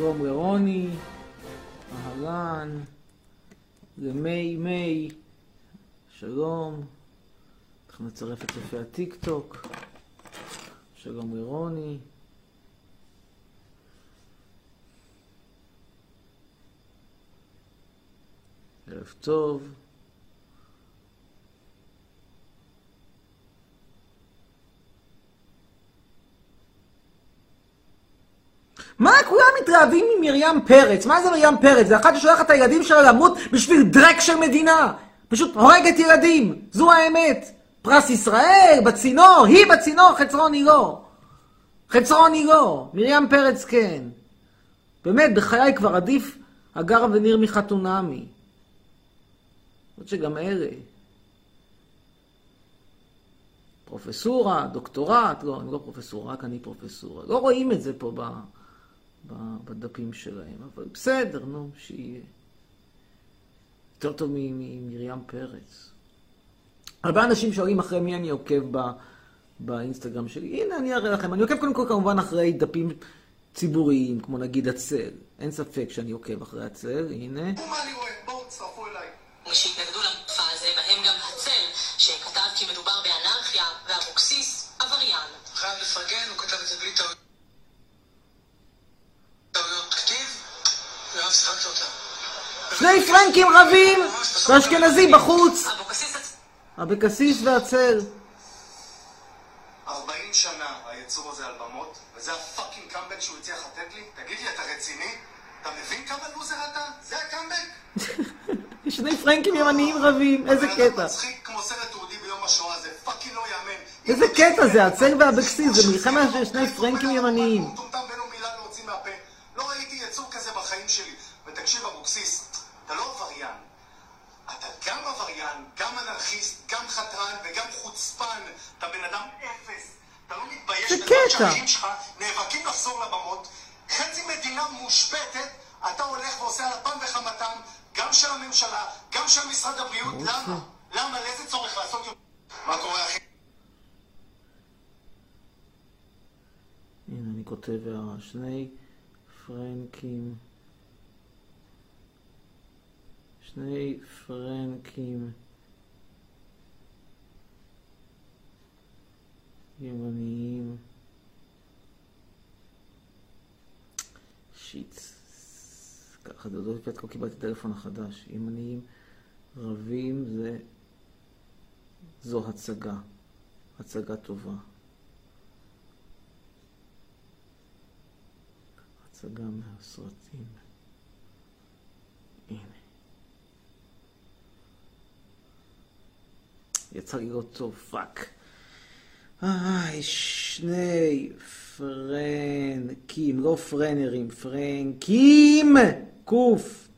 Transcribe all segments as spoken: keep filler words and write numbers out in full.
שלום לרוני, אהלן, למי מי, שלום, אנחנו נצרף את צופי הטיק טוק, שלום לרוני, ערב טוב, מה כולם מתרעבים עם מרים פרץ? מה זה מרים פרץ? זה אחת ששולחת את הילדים שלה למות בשביל דרק של מדינה. פשוט הורגת ילדים. זו האמת. פרס ישראל, בצינור, היא בצינור, חצרון היא לא. חצרון היא לא. מרים פרץ כן. באמת, בחיי כבר עדיף אגר וניר מחתונמי. זאת שגם אלה. פרופסורה, דוקטורט, לא, אני לא פרופסורה, רק אני פרופסורה. לא רואים את זה פה ב... בדפים שלהם, אבל בסדר, נו, שיהיה. יותר טוב ממרים פרץ. הרבה אנשים שואלים אחרי מי אני עוקב באינסטגרם שלי. הנה, אני אראה לכם. אני עוקב קודם כל כמובן אחרי דפים ציבוריים, כמו נגיד הצל. אין ספק שאני עוקב אחרי הצל, הנה. מה אני רואה? בואו, תצטרפו אליי. שהתנגדו למופע הזה, בהם גם הצל, שכתב כי מדובר באנרכיה, ואבוקסיס, עבריין. חייב לפרגן, הוא כתב את זה בלי טעות. שני פרנקים רבים ואשכנזי בחוץ. אבוקסיס והצל. ארבעים שנה היצור הזה על במות, וזה הפאקינג קאמבק שהוא הצליח לתת לי. תגיד לי, אתה רציני? אתה מבין כמה לוזר אתה? זה הקאמבק? שני פרנקים ימניים רבים, איזה קטע. מצחיק כמו סרט תעודי ביום השואה, זה פאקינג לא יאמן. איזה קטע זה, הצל ואבוקסיס, זה מלחמה של שני פרנקים ימניים. לא ראיתי יצור כזה בחיים שלי. ותקשיב, אבוקסיס, אתה לא עבריין. אתה גם עבריין, גם אנרכיסט, גם חתרן וגם חוצפן. אתה בן אדם אפס. אתה לא מתבייש בזה שהאחים שלך נאבקים לחזור לבמות. חצי מדינה מושפטת, אתה הולך ועושה על אפם וחמתם, גם של הממשלה, גם של משרד הבריאות. למה? למה? לאיזה צורך לעשות? מה קורה, אחי? הנה, אני כותב שני פרנקים. שני פרנקים ימניים. שיט. ככה, זה לא לפעט כבר קיבלתי טלפון החדש. ימניים רבים זה... זו הצגה. הצגה טובה. הצגה מהסרטים. הנה. יצא לי לא טוב, פאק. איי, שני פרנקים, לא פרנרים, פרנקים, קוף,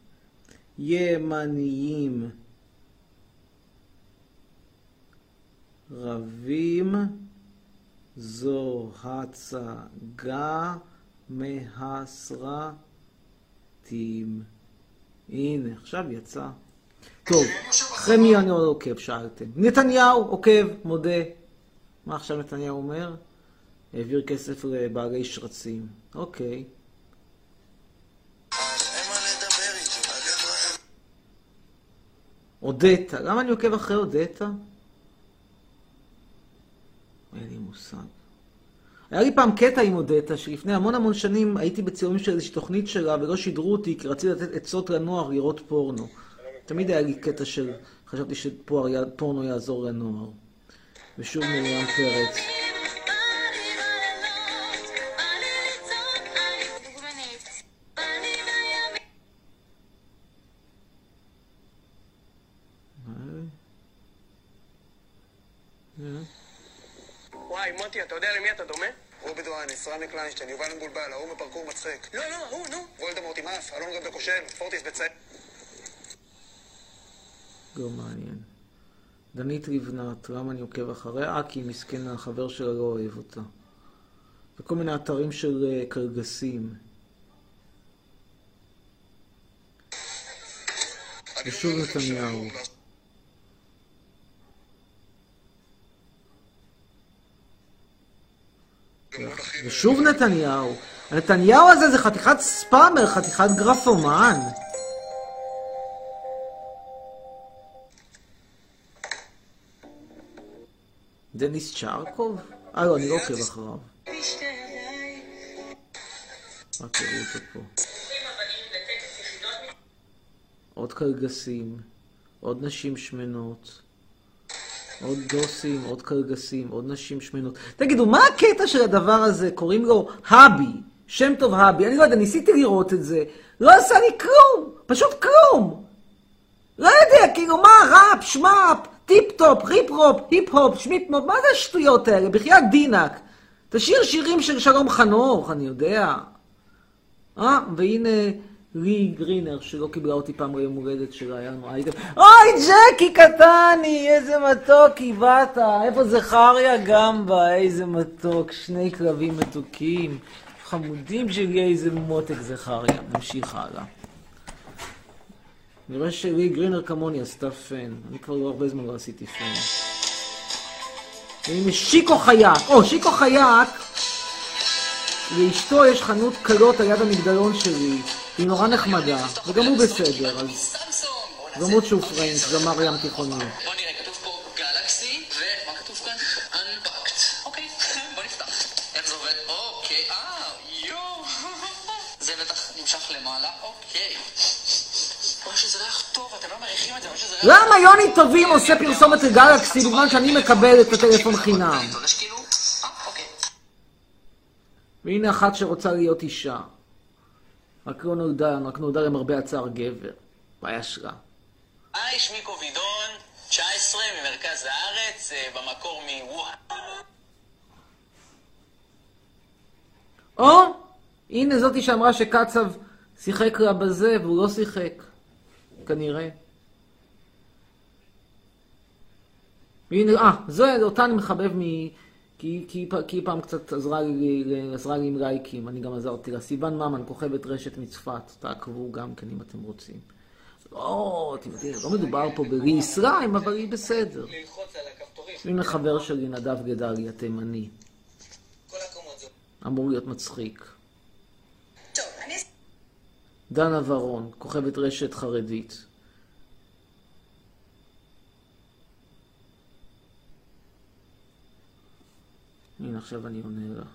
ימניים, רבים, זו הצגה מהסרטים. הנה, עכשיו יצא. טוב, אחרי מי אני עוקב, שאלתם. נתניהו עוקב, מודה. מה עכשיו נתניהו אומר? העביר כסף לבעלי שרצים. אוקיי. אודטה. למה אני עוקב אחרי אודטה? אין לי מושג. היה לי פעם קטע עם אודטה, שלפני המון המון שנים הייתי בצילומים של איזושהי תוכנית שלה, ולא שידרו אותי, כי רציתי לתת עצות לנוער לראות פורנו. תמיד היה לי קטע של... חשבתי שפורנו יעזור לנוער. ושוב מרים פרץ. וואי, מוטי, אתה יודע למי אתה דומה? רובי דואניס, רמי קליינשטיין, יובל מבולבל, ההוא מפרקור מצחיק. לא, לא, הוא, נו. וולדמורט עם אף, אלון גב בכושל, פורטיס בצעי. לא מעניין. דנית לבנת, למה אני עוקב אחריה? כי מסכן החבר שלה לא אוהב אותה. וכל מיני אתרים של קרגסים. ושוב נתניהו. ושוב נתניהו. נתניהו הזה זה חתיכת ספאמר, חתיכת גרפומן. דניס צ'רקוב? אה לא, אני לא עוקב אחריו. רק תראו אותו פה. עוד קרגסים, עוד נשים שמנות, עוד דוסים, עוד קרגסים, עוד נשים שמנות. תגידו, מה הקטע של הדבר הזה? קוראים לו הבי, שם טוב הבי. אני לא יודע, ניסיתי לראות את זה. לא עשה לי כלום, פשוט כלום. לא יודע, כאילו, מה, ראפ, שמאפ, טיפ-טופ, ריפ-רופ, היפ-הופ, שמיפ-מופ, מה זה השטויות האלה? בחייאת דינק. תשאיר שירים של שלום חנוך, אני יודע. אה, והנה לי גרינר, שלא קיבלה אותי פעם ליום הולדת שלה, היה לנו אייטם. אוי, ג'קי קטני, איזה מתוקי, באת. איפה זכריה גמבה, איזה מתוק, שני כלבים מתוקים. חמודים שלי, איזה מותק זכריה. נמשיך הלאה. נראה שלי גרינר כמוני עשתה פן. אני כבר לא הרבה זמן לא עשיתי פן. והנה שיקו חייק. או, שיקו חייק. לאשתו יש חנות קלות על יד המגדלון שלי. היא נורא נחמדה. וגם הוא בסדר. אז למרות שהוא פרנק, זמר ים תיכוני. בוא נראה, כתוב פה גלקסי, ומה כתוב כאן? Unpacked. אוקיי, בוא נפתח. איך זה עובד? אוקיי, אה, יואו. זה בטח נמשך למעלה, אוקיי. או שזה ריח טוב, אתם לא מריחים את זה, או שזה ריח... למה יוני טובים עושה פרסומת לגלקסי בזמן שאני מקבל את הטלפון חינם? והנה אחת שרוצה להיות אישה. רק לא נולדה, רק נולדה למרבה הצער גבר. בעיה שלה. היי, שמי קובידון, תשע עשרה ממרכז הארץ, במקור מווהאן. או, הנה זאתי שאמרה שקצב שיחק לה בזה, והוא לא שיחק. כנראה. והנה, אה, זו אותה אני מחבב מ... כי, כי, כי היא פעם קצת עזרה לי, עזרה לי עם לייקים, אני גם עזרתי לה. סיוון ממן, כוכבת רשת מצפת, תעקבו גם כן אם אתם רוצים. לא, אתם יודעים, לא מדובר פה בלי סליים, אבל היא בסדר. הנה חבר שלי, נדב גדליה, תימני. אמור להיות מצחיק. דנה ורון, כוכבת רשת חרדית. הנה, עכשיו אני עונה לה.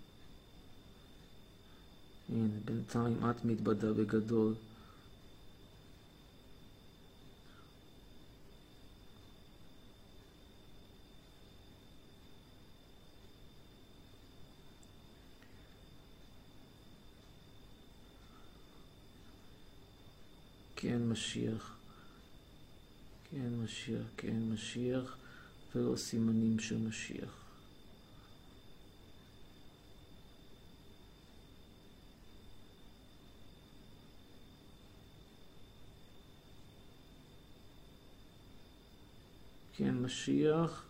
הנה, בינתיים את מתבדה בגדול. כן משיח, כן משיח, כן משיח, ולא סימנים של משיח. כן משיח,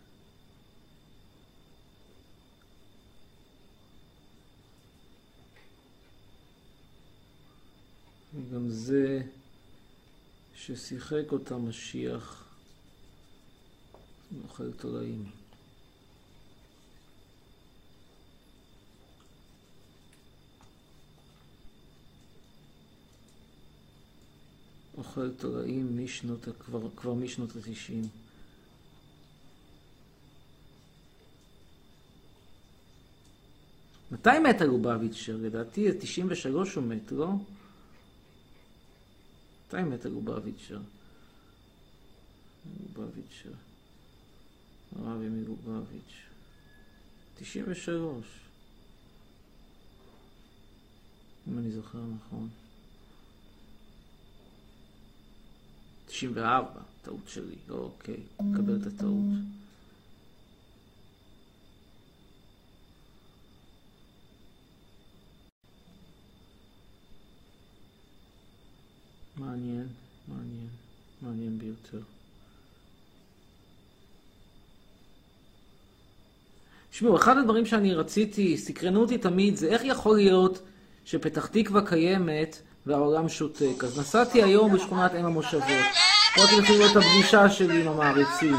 וגם זה ששיחק אותה משיח אוכל תולעים. אוכל תולעים משנות, כבר, כבר משנות ה-תשעים. מתי מת לובביץ'ר? לדעתי תשעים ושלוש הוא מת, לא? מתי מת לובביץ'ר? לובביץ'ר. הרבי מלובביץ'. תשעים ושלוש. אם אני זוכר נכון. תשעים וארבע. טעות שלי. אוקיי. קבל את הטעות. מעניין, מעניין, מעניין ביותר. תשמעו, אחד הדברים שאני רציתי, סקרנו אותי תמיד, זה איך יכול להיות שפתח תקווה קיימת והעולם שותק. אז נסעתי היום בשכונת אם המושבות. רציתי לכם לראות את הפגישה שלי עם המעריצים.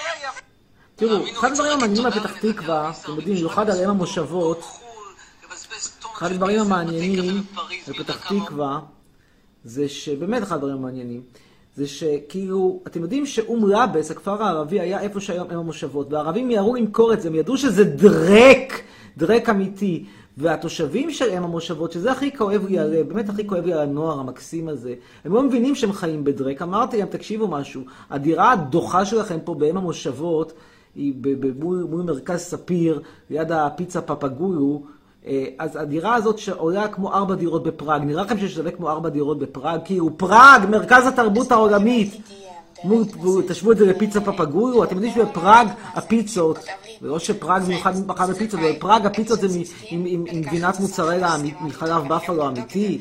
תראו, אחד הדברים המעניינים על פתח תקווה, אתם יודעים, מיוחד על אם המושבות, אחד הדברים המעניינים בפתח תקווה, זה שבאמת אחד הדברים המעניינים, זה שכאילו, אתם יודעים שאום רבס, הכפר הערבי, היה איפה שהיום הם המושבות, והערבים יערו למכור את זה, הם ידעו שזה דרק, דרק אמיתי, והתושבים של הם המושבות, שזה הכי כואב לי הלב, באמת הכי כואב לי על הנוער המקסים הזה, הם לא מבינים שהם חיים בדרק. אמרתי להם, תקשיבו משהו, הדירה הדוחה שלכם פה בהם המושבות, היא מול מרכז ספיר, ליד הפיצה פפגולו, אז הדירה הזאת שעולה כמו ארבע דירות בפראג, נראה לכם ששווה כמו ארבע דירות בפראג, כאילו פראג, מרכז התרבות העולמית, תשבו את זה לפיצה פפגולו, אתם יודעים שבפראג הפיצות, ולא שפראג מיוחד מחד בפיצות, אבל בפראג הפיצות זה עם גבינת מוצרלה, מחלב בפלו אמיתי.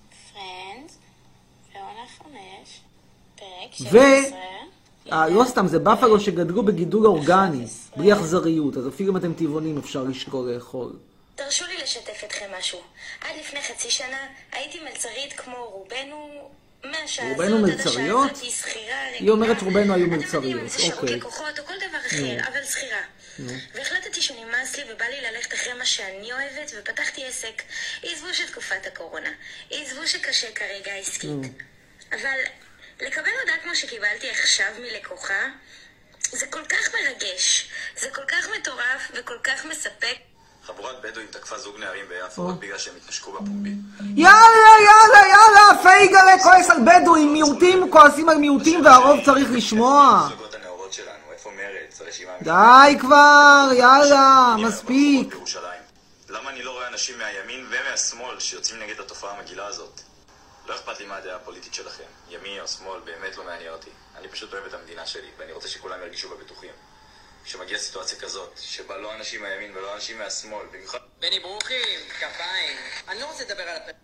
ו... לא סתם, זה בפלו שגדלו בגידול אורגני, בלי אכזריות, אז אפילו אם אתם טבעונים אפשר לשקול לאכול. תרשו לי לשתף אתכם משהו. עד לפני חצי שנה הייתי מלצרית כמו רובנו, מהשעה הזאת עד השעה אחת היא שכירה רגילה. היא אומרת שרובנו היו מלצריות, אתם יודעים, זה שירות לקוחות או כל דבר אחר, אבל שכירה. והחלטתי שנמאס לי ובא לי ללכת אחרי מה שאני אוהבת, ופתחתי עסק. עזבו שתקופת הקורונה, עזבו שקשה כרגע עסקית. אבל לקבל הודעה כמו שקיבלתי עכשיו מלקוחה, זה כל כך מרגש, זה כל כך מטורף וכל כך מספק. חבורת בדואים תקפה זוג נערים ביפו רק בגלל שהם התנשקו בפומבי. יאללה, יאללה, יאללה, פייגלה כועס על בדואים, מיעוטים כועסים על מיעוטים והרוב צריך לשמוע. זוגות הנאורות שלנו, איפה מרץ, הרשימה... די כבר, יאללה, מספיק. למה אני לא רואה אנשים מהימין ומהשמאל שיוצאים נגד התופעה המגעילה הזאת? לא אכפת לי מה הדעה הפוליטית שלכם. ימין או שמאל באמת לא מעניין אותי. אני פשוט אוהב את המדינה שלי, ואני רוצה שכולם ירגישו בה בטוחים. כשמגיעה סיטואציה כזאת, שבה לא אנשים מהימין ולא אנשים מהשמאל, במיוחד... בני ברוכים, כפיים. אני לא רוצה לדבר על הפ...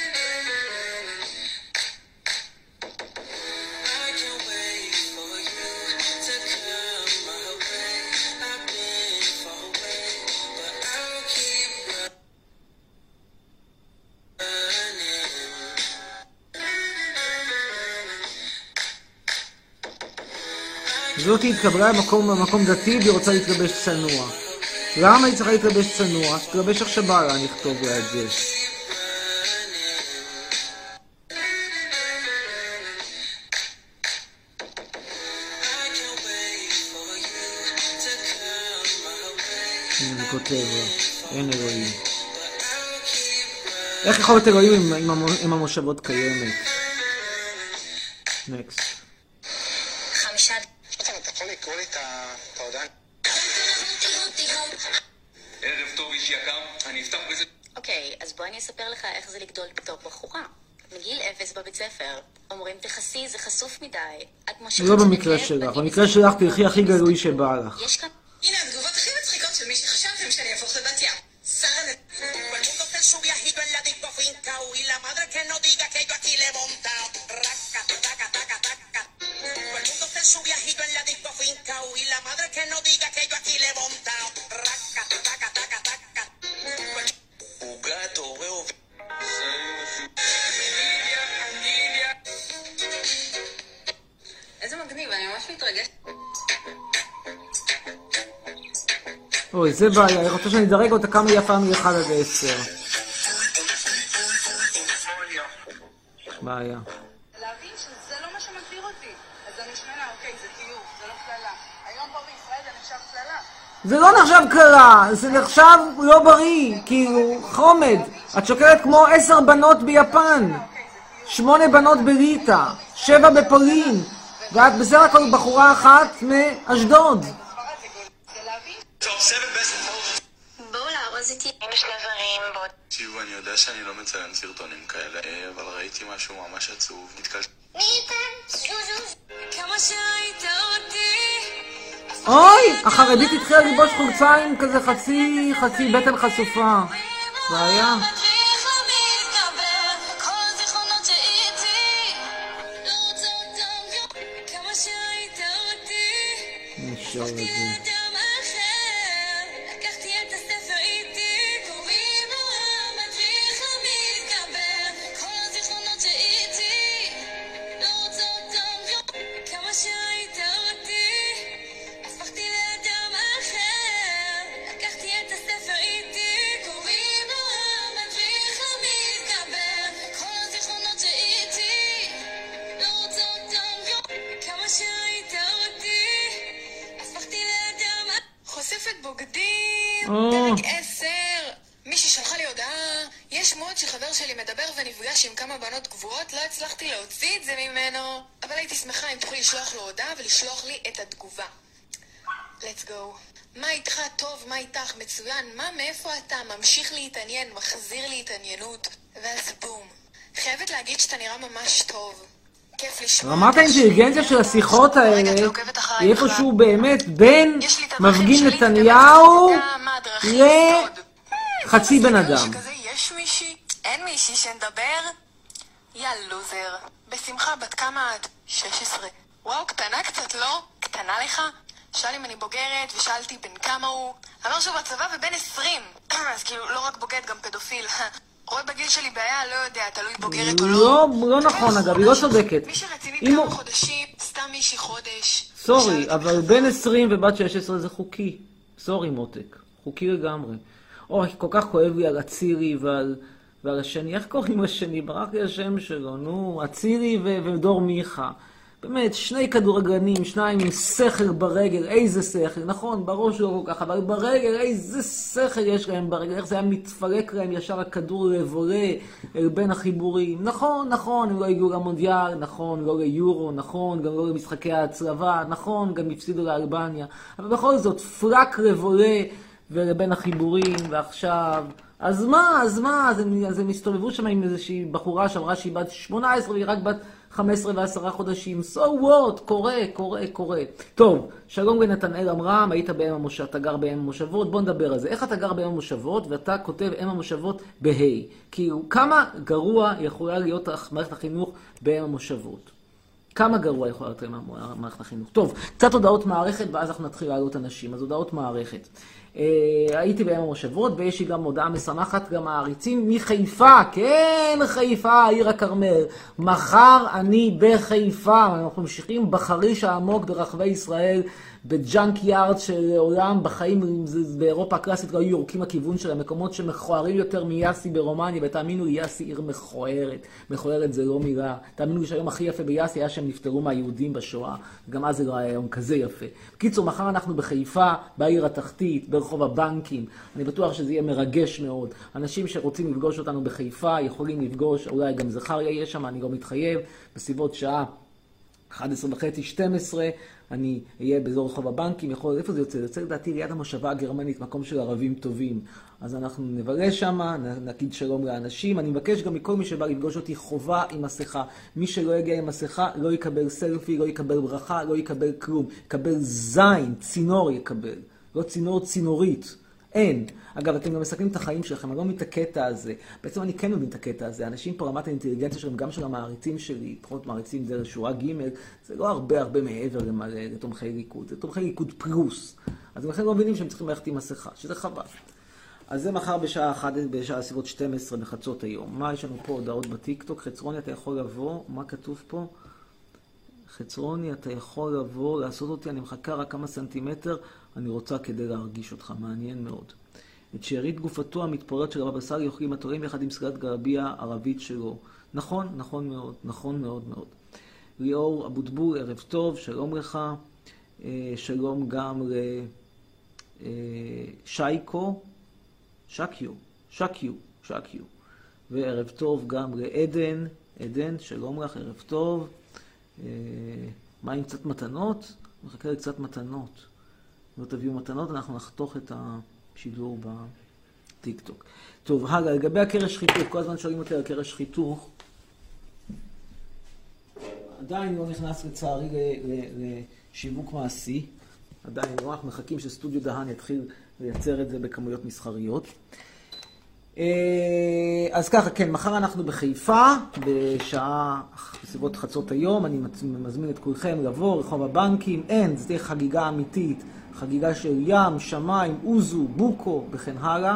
זאת התקבלה במקום דתי והיא רוצה להתלבש צנוע. למה היא צריכה להתלבש צנוע? שתלבש איך שבא לה, נכתוב לה את זה. אני כותב לה, אין אלוהים. איך יכול להיות אלוהים אם המושבות קיימת? נקסט. ערב טוב איש יקר, אני אפתח בזה... אוקיי, אז בוא אני אספר לך איך זה לגדול בתור בחורה. מגיל אפס בבית ספר, אומרים תחסי, זה חסוף מדי. את מושכת... לא במקרה שלך, במקרה שלך תלכי הכי גלוי שבא לך. יש כאן... הנה התגובות הכי מצחיקות של מי שחשבתם שאני אהפוך לבת ים. שרה נ... איזה מגניב, אני ממש מתרגשת. אוי, זה בעיה, אני רוצה שאני אדרג אותה כמה יפה מ-אחד עד עשר. בעיה. להבין שזה לא מה שמגדיר אותי. אז אני שמנה, אוקיי, זה טיוב, זה לא כללה. היום פה בישראל זה נחשב כללה. זה לא נחשב קרה, זה נחשב לא בריא, כאילו, חומד. את שוקלת כמו עשר בנות ביפן, שמונה בנות בליטא, שבע בפולין, ואת בסדר הכל בחורה אחת מאשדוד. בואו לארוז איתי עם שני דברים בוא... תקשיבו, אני יודע שאני לא מציין סרטונים כאלה, אבל ראיתי משהו ממש עצוב. נתקלתי... כמה שראית אותי אוי, החרדית התחילה ללבוש חולציים כזה חצי, חצי בטן חשופה. בעיה. נשאר את זה. פרק עשר. מישהי שלחה לי הודעה, יש מוד שחבר שלי מדבר ונפגש עם כמה בנות קבועות, לא הצלחתי להוציא את זה ממנו, אבל הייתי שמחה אם תוכלי לשלוח לו הודעה ולשלוח לי את התגובה. Let's go. מה איתך טוב, מה איתך מצוין, מה מאיפה אתה, ממשיך להתעניין, מחזיר לי התעניינות, ואז בום. חייבת להגיד שאתה נראה ממש טוב. כיף לשמוע. רמת האינטליגנציה של השיחות האלה היא איפשהו באמת בין מפגין נתניהו לחצי בן אדם. יש מישהי? אין מישהי שנדבר? יא לוזר. בשמחה, בת כמה את? שש עשרה. וואו, קטנה קצת, לא? קטנה לך? שאל אם אני בוגרת ושאלתי בן כמה הוא. אמר שהוא בצבא ובן עשרים. אז כאילו לא רק בוגד, גם פדופיל. רואה בגיל שלי בעיה, לא יודע, תלוי בוגרת או לא. לא, לא נכון אגב, היא לא צודקת. מי שרצינית כמה חודשים, סתם מישהי חודש. סורי, אבל בין עשרים ובת שש עשרה זה חוקי. סורי מותק, חוקי לגמרי. אוי, כל כך כואב לי על הצירי ועל, ועל השני. איך קוראים לשני? ברח לי השם שלו, נו, הצירי ו- ודור מיכה. באמת, שני כדורגלנים, שניים עם שכל ברגל, איזה שכל, נכון, בראש לא כל כך, אבל ברגל, איזה שכל יש להם ברגל, איך זה היה מתפרק להם ישר הכדור לבורא אל בין החיבורים. נכון, נכון, הם לא הגיעו למונדיאל, נכון, לא ליורו, נכון, גם לא למשחקי ההצלבה, נכון, גם הפסידו לאלבניה, אבל בכל זאת, פרק לבורא ולבין החיבורים, ועכשיו... אז מה, אז מה, אז הם, אז הם הסתובבו שם עם איזושהי בחורה שאמרה שהיא בת שמונה עשרה והיא רק בת חמש עשרה ועשרה חודשים. So what? קורה, קורה, קורה. טוב, שלום לנתנאל אמרם, היית באם המושבות, אתה גר באם המושבות, בוא נדבר על זה. איך אתה גר באם המושבות ואתה כותב אם המושבות בהי? כאילו, כמה גרוע יכולה להיות מערכת החינוך באם המושבות? כמה גרוע יכולה להיות מערכת החינוך? טוב, קצת הודעות מערכת ואז אנחנו נתחיל לעלות אנשים. אז הודעות מערכת. הייתי באם המושבות, ויש לי גם הודעה משמחת, גם העריצים מחיפה, כן, חיפה, עיר הכרמל. מחר אני בחיפה, אנחנו ממשיכים בחריש העמוק ברחבי ישראל, בג'אנק יארד של עולם, בחיים באירופה הקלאסית לא היו יורקים הכיוון של המקומות שמכוערים יותר מיאסי ברומניה, ותאמינו לי, יאסי עיר מכוערת, מכוערת זה לא מילה, תאמינו לי שהיום הכי יפה ביאסי היה שהם נפטרו מהיהודים בשואה, גם אז זה לא היה יום כזה יפה. בקיצור, מחר אנחנו בחיפה, בעיר התחתית, ברחוב הבנקים, אני בטוח שזה יהיה מרגש מאוד. אנשים שרוצים לפגוש אותנו בחיפה יכולים לפגוש, אולי גם זכריה יהיה שם, אני לא מתחייב, בסביבות שעה אחת עשרה וחצי, שתים עשרה, אני אהיה באזור רחוב הבנקים, יכול, איפה זה יוצא? זה יוצא לדעתי ליד המושבה הגרמנית, מקום של ערבים טובים. אז אנחנו נבלה שם, נגיד שלום לאנשים. אני מבקש גם מכל מי שבא לפגוש אותי חובה עם מסכה. מי שלא יגיע עם מסכה לא יקבל סלפי, לא יקבל ברכה, לא יקבל כלום. יקבל זין, צינור יקבל. לא צינור, צינורית. אין. אגב, אתם גם מסכנים את החיים שלכם, אני לא מבין את הקטע הזה. בעצם אני כן מבין את הקטע הזה. אנשים פה רמת האינטליגנציה שלהם, גם של המעריצים שלי, פחות מעריצים דרך שורה ג', זה לא הרבה הרבה מעבר לתומכי ליכוד. זה תומכי ליכוד פלוס. אז הם לכן לא מבינים שהם צריכים ללכת עם מסכה, שזה חבל. אז זה מחר בשעה אחת, בשעה סביבות שתים עשרה בחצות היום. מה יש לנו פה? הודעות בטיקטוק. חצרוני, אתה יכול לבוא. מה כתוב פה? חצרוני, אתה יכול לבוא, לעשות אותי, אני מחכה רק כמה סנטימטר, אני רוצה כדי להרגיש אותך, מעניין מאוד. את שארית גופתו המתפוררת של הבבא סאלי אוכלים התורים יחד עם סלט גרבייה ערבית שלו. נכון, נכון מאוד, נכון מאוד מאוד. ליאור אבוטבול, ערב טוב, שלום לך. שלום גם לשייקו, שקיו, שקיו, שקיו. וערב טוב גם לעדן, עדן, שלום לך, ערב טוב. מה עם קצת מתנות? מחכה לי קצת מתנות. לא תביאו מתנות, אנחנו נחתוך את השידור בטיקטוק. טוב, הלאה, לגבי הקרש חיתוך, כל הזמן שואלים אותי על הקרש חיתוך. עדיין לא נכנס לצערי לשיווק מעשי. עדיין לא, אנחנו מחכים שסטודיו דהן יתחיל לייצר את זה בכמויות מסחריות. אז ככה, כן, מחר אנחנו בחיפה, בשעה, בסביבות חצות היום, אני מזמין את כולכם לבוא, רחוב הבנקים, אין, זה תהיה חגיגה אמיתית, חגיגה של ים, שמיים, אוזו, בוקו, וכן הלאה.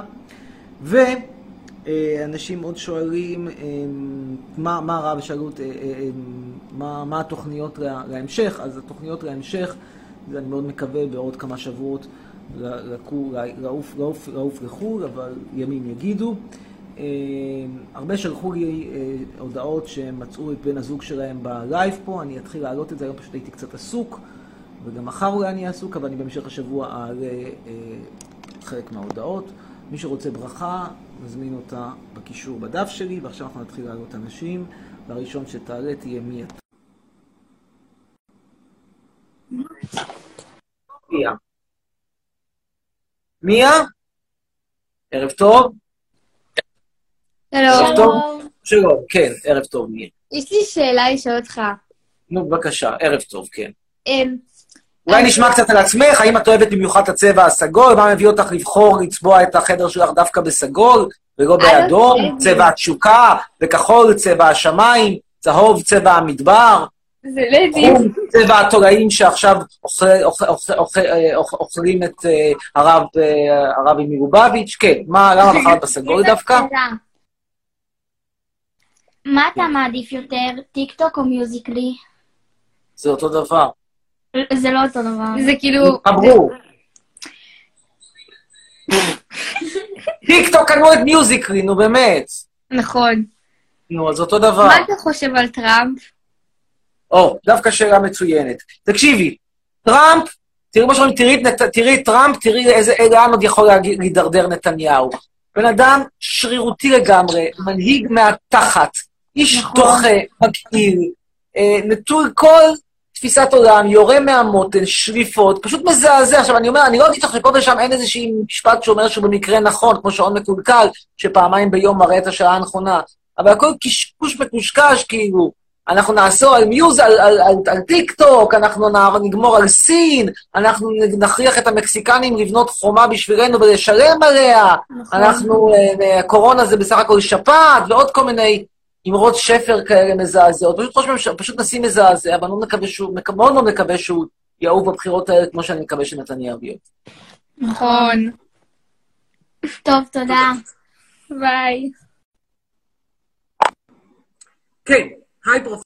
ואנשים עוד שואלים, מה, מה הרב שאלו, מה, מה התוכניות להמשך, אז התוכניות להמשך, אני מאוד מקווה בעוד כמה שבועות, לעוף, לעוף, לעוף לחול, אבל ימים יגידו. הרבה שלחו לי הודעות שמצאו את בן הזוג שלהם בלייב פה, אני אתחיל להעלות את זה, היום פשוט הייתי קצת עסוק, וגם מחר אולי אני עסוק, אבל אני במשך השבוע אעלה חלק מההודעות. מי שרוצה ברכה, מזמין אותה בקישור בדף שלי, ועכשיו אנחנו נתחיל לעלות אנשים, והראשון שתעלה תהיה מיה. מיה. מיה? ערב טוב. שלום. טוב. שלום, כן, ערב טוב, מיה. יש לי שאלה לשאול אותך. נו, בבקשה, ערב טוב, כן. אמ, אולי נשמע קצת על עצמך, האם את אוהבת במיוחד את הצבע הסגול, מה מביא אותך לבחור לצבוע את החדר שלך דווקא בסגול, ולא באדום, צבע התשוקה, בכחול צבע השמיים, צהוב צבע המדבר, זה לדים. צבע התולעים שעכשיו אוכלים את הרבי מלובביץ', כן, למה בחרת בסגול דווקא? מה אתה מעדיף יותר, טיק טוק או מיוזיקלי? זה אותו דבר. זה לא אותו דבר. זה כאילו... אמרו. טיק טוק קנו את מיוזיקלי, נו באמת. נכון. נו, אז אותו דבר. מה אתה חושב על טראמפ? או, דווקא שאלה מצוינת. תקשיבי, טראמפ, תראי מה שאומרים, תראי את טראמפ, תראי איזה לאן עוד יכול להידרדר נתניהו. בן אדם שרירותי לגמרי, מנהיג מהתחת, איש דוחה, מגעיל, נטול כל תפיסת עולם, יורה מהמותן, שליפות, פשוט מזעזע. עכשיו אני אומר, אני לא אגיד לך שפה ושם אין איזושהי משפט שאומר שהוא במקרה נכון, כמו שעון מקולקל, שפעמיים ביום מראה את השעה הנכונה, אבל הכל קשקוש מקושקש, כאילו, אנחנו נעשור על מיוז, על, על, על, על טיק טוק, אנחנו נגמור על סין, אנחנו נכריח את המקסיקנים לבנות חומה בשבילנו ולשלם עליה, נכון. אנחנו, הקורונה זה בסך הכל שפעת, ועוד כל מיני אמרות שפר כאלה מזעזעות, פשוט חושבים, פשוט נשים מזעזע, אבל לא מקווה שהוא, מאוד לא מקווה שהוא יעוף בבחירות האלה, כמו שאני מקווה שנתניהו יהיה. נכון. טוב, תודה. ביי. כן, היי פרופסור.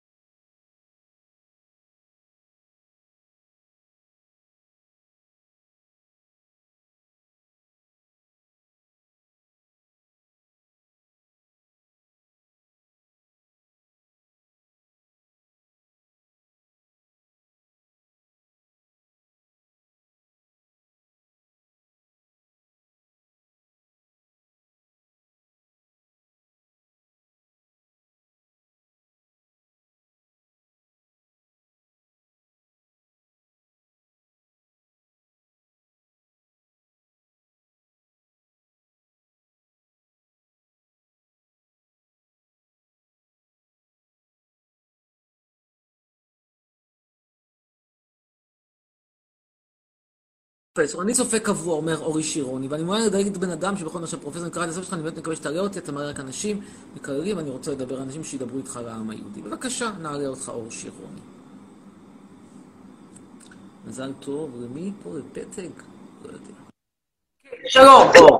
פרופסור, אני צופה קבוע, אומר אורי שירוני, ואני מעוניין לדייק את בן אדם שבכל נושא פרופסור, אני קרא את הספר שלך, אני באמת מקווה שתראה אותי, אתה מראה רק אנשים מקררים, אני רוצה לדבר אנשים שידברו איתך על העם היהודי. בבקשה, נעלה אותך אור שירוני. מזל טוב, למי פה? לפתק? לא יודע. שלום, אור.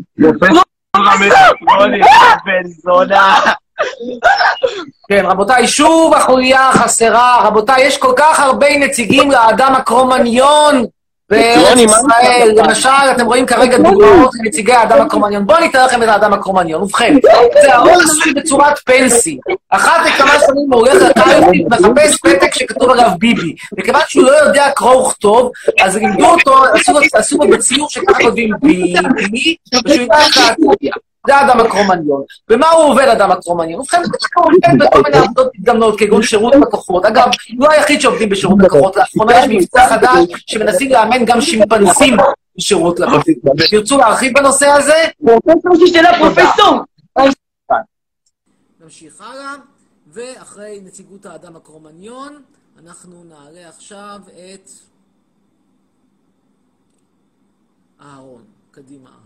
כן, רבותיי, שוב החוליה חסרה, רבותיי, יש כל כך הרבה נציגים לאדם הקרומניון, בארץ ישראל, למשל, אתם רואים כרגע דוגמאות לנציגי האדם הקרומניון. בואו ניתן לכם את האדם הקרומניון. ובכן, זה הרון עשוי בצורת פנסי. אחת לכמה שנים הוא הולך לטלפון, מחפש פתק שכתוב עליו ביבי. וכיוון שהוא לא יודע קרוא וכתוב, אז לימדו אותו, עשו לו בציור שככה כותבים ביבי, ושהוא ידע את האתריה. זה האדם הקרומניון. ומה הוא עובד, האדם הקרומניון? ובכן, הוא עובד בכל מיני עבודות מתגמנות, כגון שירות לקוחות. אגב, הוא לא היחיד שעובדים בשירות לקוחות. לאחרונה יש מבצע חדש שמנסים לאמן גם שימפנסים בשירות לקוחות. תרצו להרחיב בנושא הזה? פרופסור ששתלה פרופסור! נמשיך הלאה, ואחרי נציגות האדם הקרומניון, אנחנו נעלה עכשיו את אהרון. קדימה אהרון.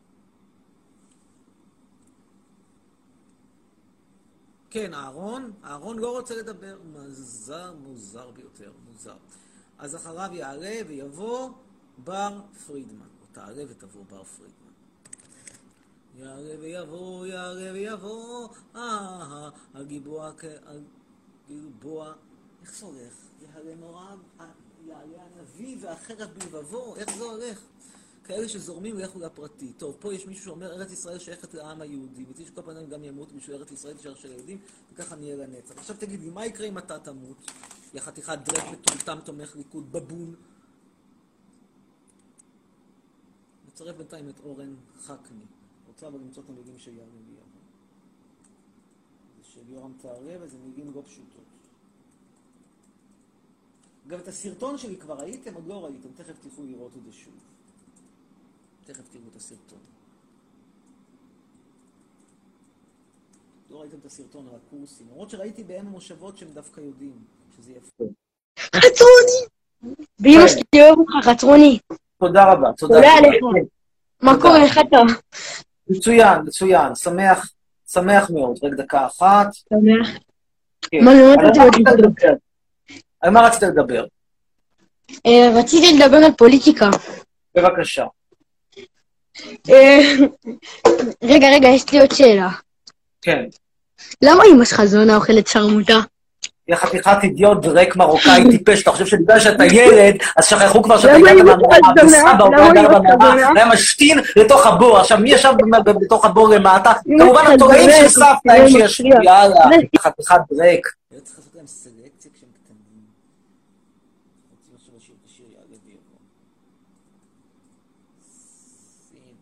כן, אהרון, אהרון לא רוצה לדבר, מוזר, מוזר ביותר, מוזר. אז אחריו יעלה ויבוא בר פרידמן, או תעלה ותבוא בר פרידמן. יעלה ויבוא, יעלה ויבוא, אה, הגיבוע, הגלבוע, איך זה הולך? יעלה נורא, יעלה הנביא והחרב בלבבו, איך זה הולך? כאלה שזורמים לכו לפרטי. טוב, פה יש מישהו שאומר, ארץ ישראל שייכת לעם היהודי, וצריך שכל פעמים גם ימות מישהו ארץ ישראל תשאר של היהודים, וככה נהיה לנצח. עכשיו תגיד לי, מה יקרה אם אתה תמות? יא חתיכת דרק מטומטם תומך ליכוד, בבון. נצרף בינתיים את אורן חכני. רוצה אבל למצוא את המילים של יעלה ויבוא. זה של יורם תערב, וזה מילים לא פשוטות. אגב, את הסרטון שלי כבר ראיתם, עוד לא ראיתם, תכף תלכו לראות את זה שוב. תכף תראו את הסרטון. לא ראיתם את הסרטון על הקורסים, למרות שראיתי בהם המושבות שהם דווקא יודעים שזה יפה. חצרוני! באמא שלי אוהב אותך, חצרוני. תודה רבה, תודה. תודה עליך. מה קורה, איך אתה? מצוין, מצוין, שמח, שמח מאוד. רק דקה אחת. שמח. מה למדת אותי לדבר? על מה רצית לדבר? רציתי לדבר על פוליטיקה. בבקשה. רגע, רגע, יש לי עוד שאלה. כן. למה אמא שלך זונה אוכלת שרמוטה? יא חתיכת אידיוט דרק מרוקאי טיפש, אתה חושב שבגלל שאתה ילד, אז שכחו כבר שאתה הגעת מהמורה, וסבא אותו הגע במורה, היה משתין לתוך הבור. עכשיו, מי ישב בתוך הבור למטה? כמובן התולעים של סבתא הם שישבו, יאללה, חתיכת דרק. צריך לעשות להם סלקציה כשהם קטנים. רוצים עכשיו לשיר את השיר יעלה ויבוא. סין.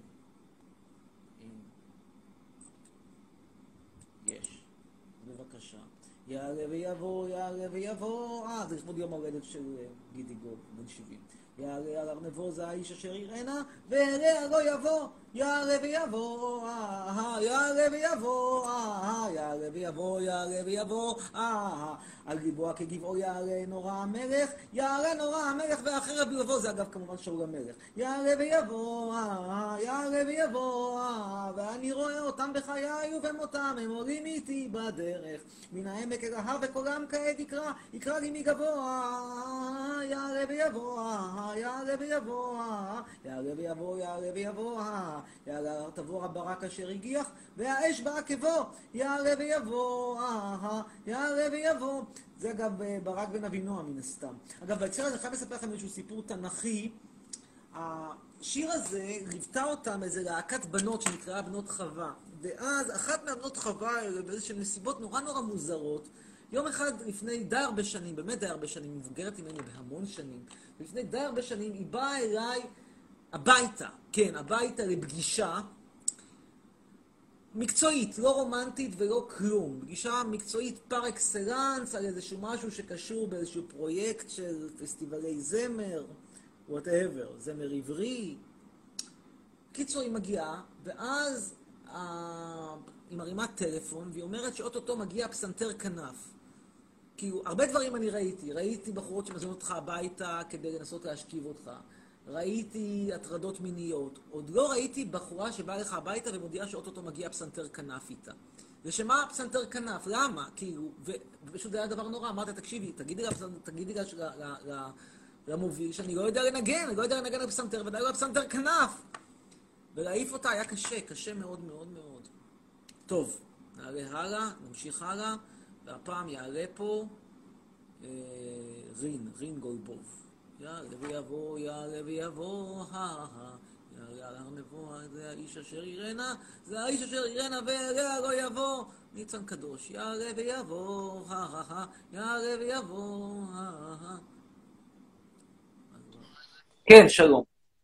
יש. בבקשה. יעלה ויבוא, יעלה ויבוא, אה, זה לכבוד יום ההולדת של גידי גוב, בן שבעים. יעלה על ארנבו זה האיש אשר יראנה, ואליה לא יבוא, יעלה ויבוא, אה, יעלה ויבוא, אה, יעלה ויבוא, יעלה ויבוא, אה, על גלבוע כגבעו יעלה נורא המלך, יעלה נורא המלך, והחרב לבוא, זה אגב כמובן שאול המלך. יעלה ויבוא, אה, יעלה ויבוא, אה, ואני רואה אותם בחיי ובמותם, הם עולים איתי בדרך. מן העמק אל ההר וקולם כעת יקרא, יקרא לי מגבוה, יעלה ויבוא, יעלה ויבוא, יעלה ויבוא, יעלה ויבוא, יעלה תבור הברק אשר הגיח, והאש בעקבו, יעלה ויבוא, יעלה ויבוא. זה אגב ברק בן אבינועם מן הסתם. אגב, בהקשר הזה חייב לספר לכם איזשהו סיפור תנכי. השיר הזה ליוותה אותם איזו להקת בנות שנקראה בנות חווה. ואז אחת מהבנות חווה האלה באיזשהם נסיבות נורא נורא מוזרות, יום אחד לפני די הרבה שנים, באמת די הרבה שנים, מבוגרת ממני בהמון שנים, ולפני די הרבה שנים היא באה אליי הביתה, כן, הביתה לפגישה מקצועית, לא רומנטית ולא כלום. פגישה מקצועית פר אקסלנס על איזשהו משהו שקשור באיזשהו פרויקט של פסטיבלי זמר, whatever, זמר עברי. קיצור, היא מגיעה, ואז היא מרימה טלפון, והיא אומרת שאוטוטו מגיע פסנתר כנף. כאילו, הרבה דברים אני ראיתי. ראיתי בחורות שמזמינות אותך הביתה כדי לנסות להשכיב אותך. ראיתי הטרדות מיניות. עוד לא ראיתי בחורה שבאה לך הביתה ומודיעה שאוטוטו מגיע פסנתר כנף איתה. ושמה פסנתר כנף? למה? כאילו, ופשוט זה היה דבר נורא. אמרת, תקשיבי, תגידי לה, תגידי לה, לה, לה, למוביל שאני לא יודע לנגן, אני לא יודע לנגן על פסנתר, ודאי לא פסנתר כנף. ולהעיף אותה היה קשה, קשה מאוד מאוד מאוד. טוב, נעלה הלאה, נמשיך הלאה, והפעם יעלה פה אה, רין, רין גולבוב. יעלה ויבוא, יעלה ויבוא, הא הא, יעלה על ארנבו, זה האיש אשר יראנה, זה האיש אשר יראנה ואליה לא יבוא. ניצן קדוש, יעלה ויבוא, הא הא הא, יעלה ויבוא, הא הא. כן, שלום.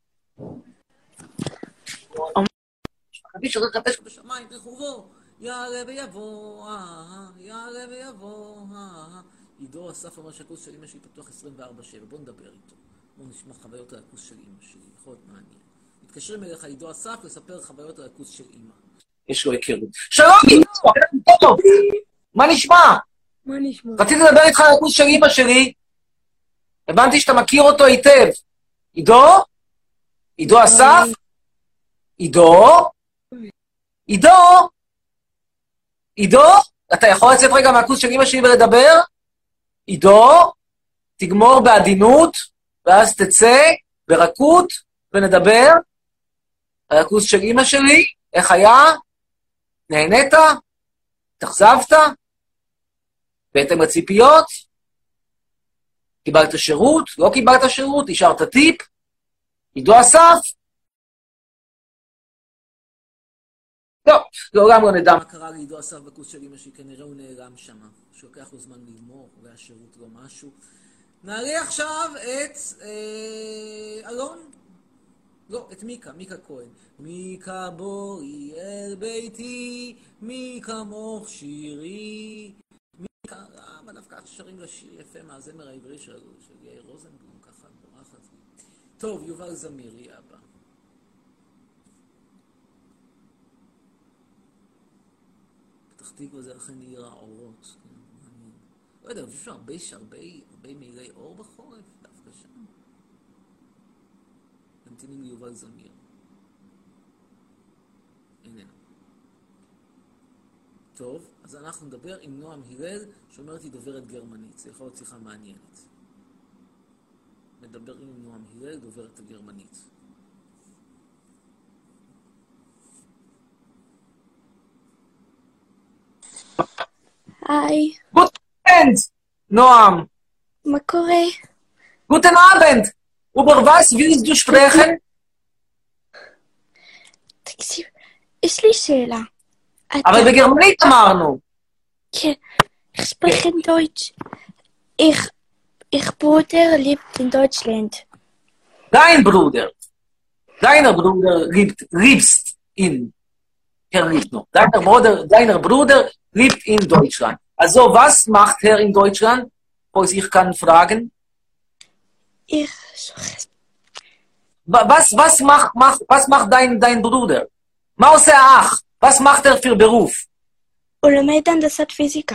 חשבתי שרק חפש בשמיים תחובו, יעלה ויבוא, יעלה ויבוא. עידו אסף אומר שהקורס של אמא שלי פתוח עשרים וארבע שבע, בוא נדבר איתו. בוא נשמע חוויות על הקורס של אמא שלי, יכול להיות מעניין. מתקשרים אליך עידו אסף לספר חוויות על הקורס של אמא. יש לו היכרות. שלום עידו, טוב, מה נשמע? מה נשמע? רציתי לדבר איתך על הקורס של אמא שלי, הבנתי שאתה מכיר אותו היטב. עידו? עידו אסף? עידו? עידו? עידו? אתה יכול לצאת רגע מהכוס של אמא שלי ולדבר? עידו? תגמור בעדינות, ואז תצא ברכות ונדבר על הכוס של אמא שלי. איך היה? נהנית? תחזבת? בהתאם לציפיות? קיבלת שירות? לא קיבלת שירות? השארת טיפ? עידו אסף? לא, לעולם לא נדע מה קרה לעידו אסף בקורס של אמא שלי, כנראה הוא נעלם שם, שלוקח לו זמן לגמור, והשירות לא משהו. נעלה עכשיו את אה, אלון. לא, את מיקה, מיקה כהן. מיקה בואי אל ביתי, מיקה מוך שירי. מיקה, אה, מה דווקא שרים לשיר יפה מהזמר העברי של יאיר רוזנבלום, ככה, בורחת. טוב, יובל זמירי הבא. פתח תקווה זה לכן עיר האורות. לא יודע, יש הרבה, הרבה, הרבה מאירי אור בחורף, דווקא שם. נמתינים ליובל זמיר. איננו. טוב, אז אנחנו נדבר עם נועם הלל, שאומרת היא דוברת גרמנית. זה יכול להיות שיחה מעניינת. מדבר עם נועם הלל, דוברת הגרמנית. היי. Abend, Noam. מה קורה? Guten Abend. Über was willst du sprechen? תקשיב, יש לי שאלה. אבל בגרמנית אמרנו. כן, ich spreche Deutsch. Ich, ich Bruder lebt in Deutschland. Dein Bruder. Deiner Bruder lebt, liebst in. Er lebt noch. Deiner Bruder, deiner Bruder lebt in Deutschland. Also, was macht er in Deutschland? Falls ich kann fragen. Ich... Was, was macht, macht, was macht dein, dein Bruder? מה עושה האח? was macht er für Beruf? הוא לומד הנדסת פיזיקה.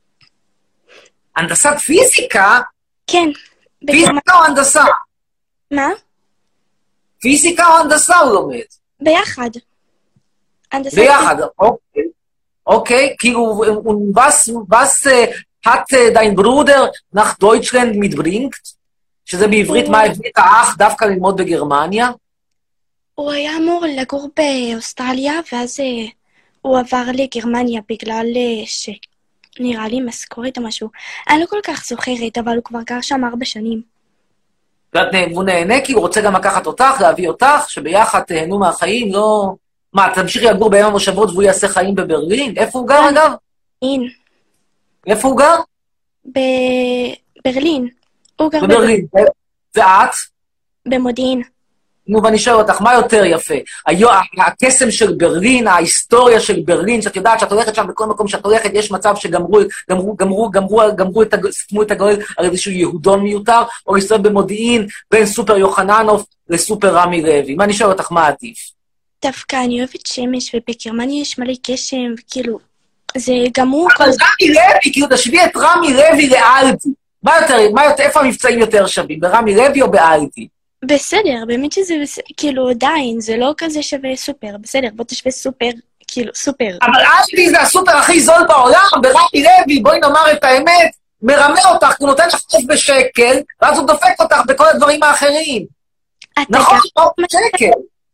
הנדסת פיזיקה? כן. פיזיקה או הנדסה? מה? פיזיקה או הנדסה הוא לומד? ביחד. ביחד, אוקיי. Okay, כאילו, und was, was äh, hat äh, dein Bruder nach Deutschland mitbringt? שזה בעברית, מה הביא את האח דווקא ללמוד בגרמניה? הוא היה אמור לגור באוסטרליה, ואז הוא עבר לגרמניה בגלל שנראה לי משכורת או משהו. אני לא כל כך זוכרת, אבל הוא כבר גר שם ארבע שנים. והוא נהנה כי הוא רוצה גם לקחת אותך, להביא אותך, שביחד תהנו מהחיים, לא... מה, תמשיכי לגור ביום המושבות והוא יעשה חיים בברלין? איפה הוא גר, אגב? אין. איפה הוא גר? בברלין. הוא גר בברלין. ואת? במודיעין. נו, ואני שואל אותך, מה יותר יפה? הקסם של ברלין, ההיסטוריה של ברלין, שאת יודעת שאת הולכת שם בכל מקום שאת הולכת, יש מצב שגמרו, גמרו, גמרו, גמרו, גמרו את, סתמו את הגולל על איזשהו יהודון מיותר, או להסתובב במודיעין בין סופר יוחננוף לסופר רמי לוי. מה אני שואל אותך, מה עדיף? דווקא אני אוהבת שמש, ובגרמניה יש מלא גשם, וכאילו, זה גמרו... אבל רמי לוי, כאילו, תשווי את רמי לוי לאלטי. מה יותר, מה יותר, איפה המבצעים יותר שווים, ברמי לוי או באלטי? בסדר, באמת שזה, כאילו, עדיין, זה לא כזה שווה סופר, בסדר, בוא תשווה סופר, כאילו, סופר. אבל אלטי זה הסופר הכי זול בעולם, ברמי לוי, בואי נאמר את האמת, מרמה אותך, הוא נותן לך חוף בשקל, ואז הוא דופק אותך בכל הדברים האחרים. נכון, חוף בשקל.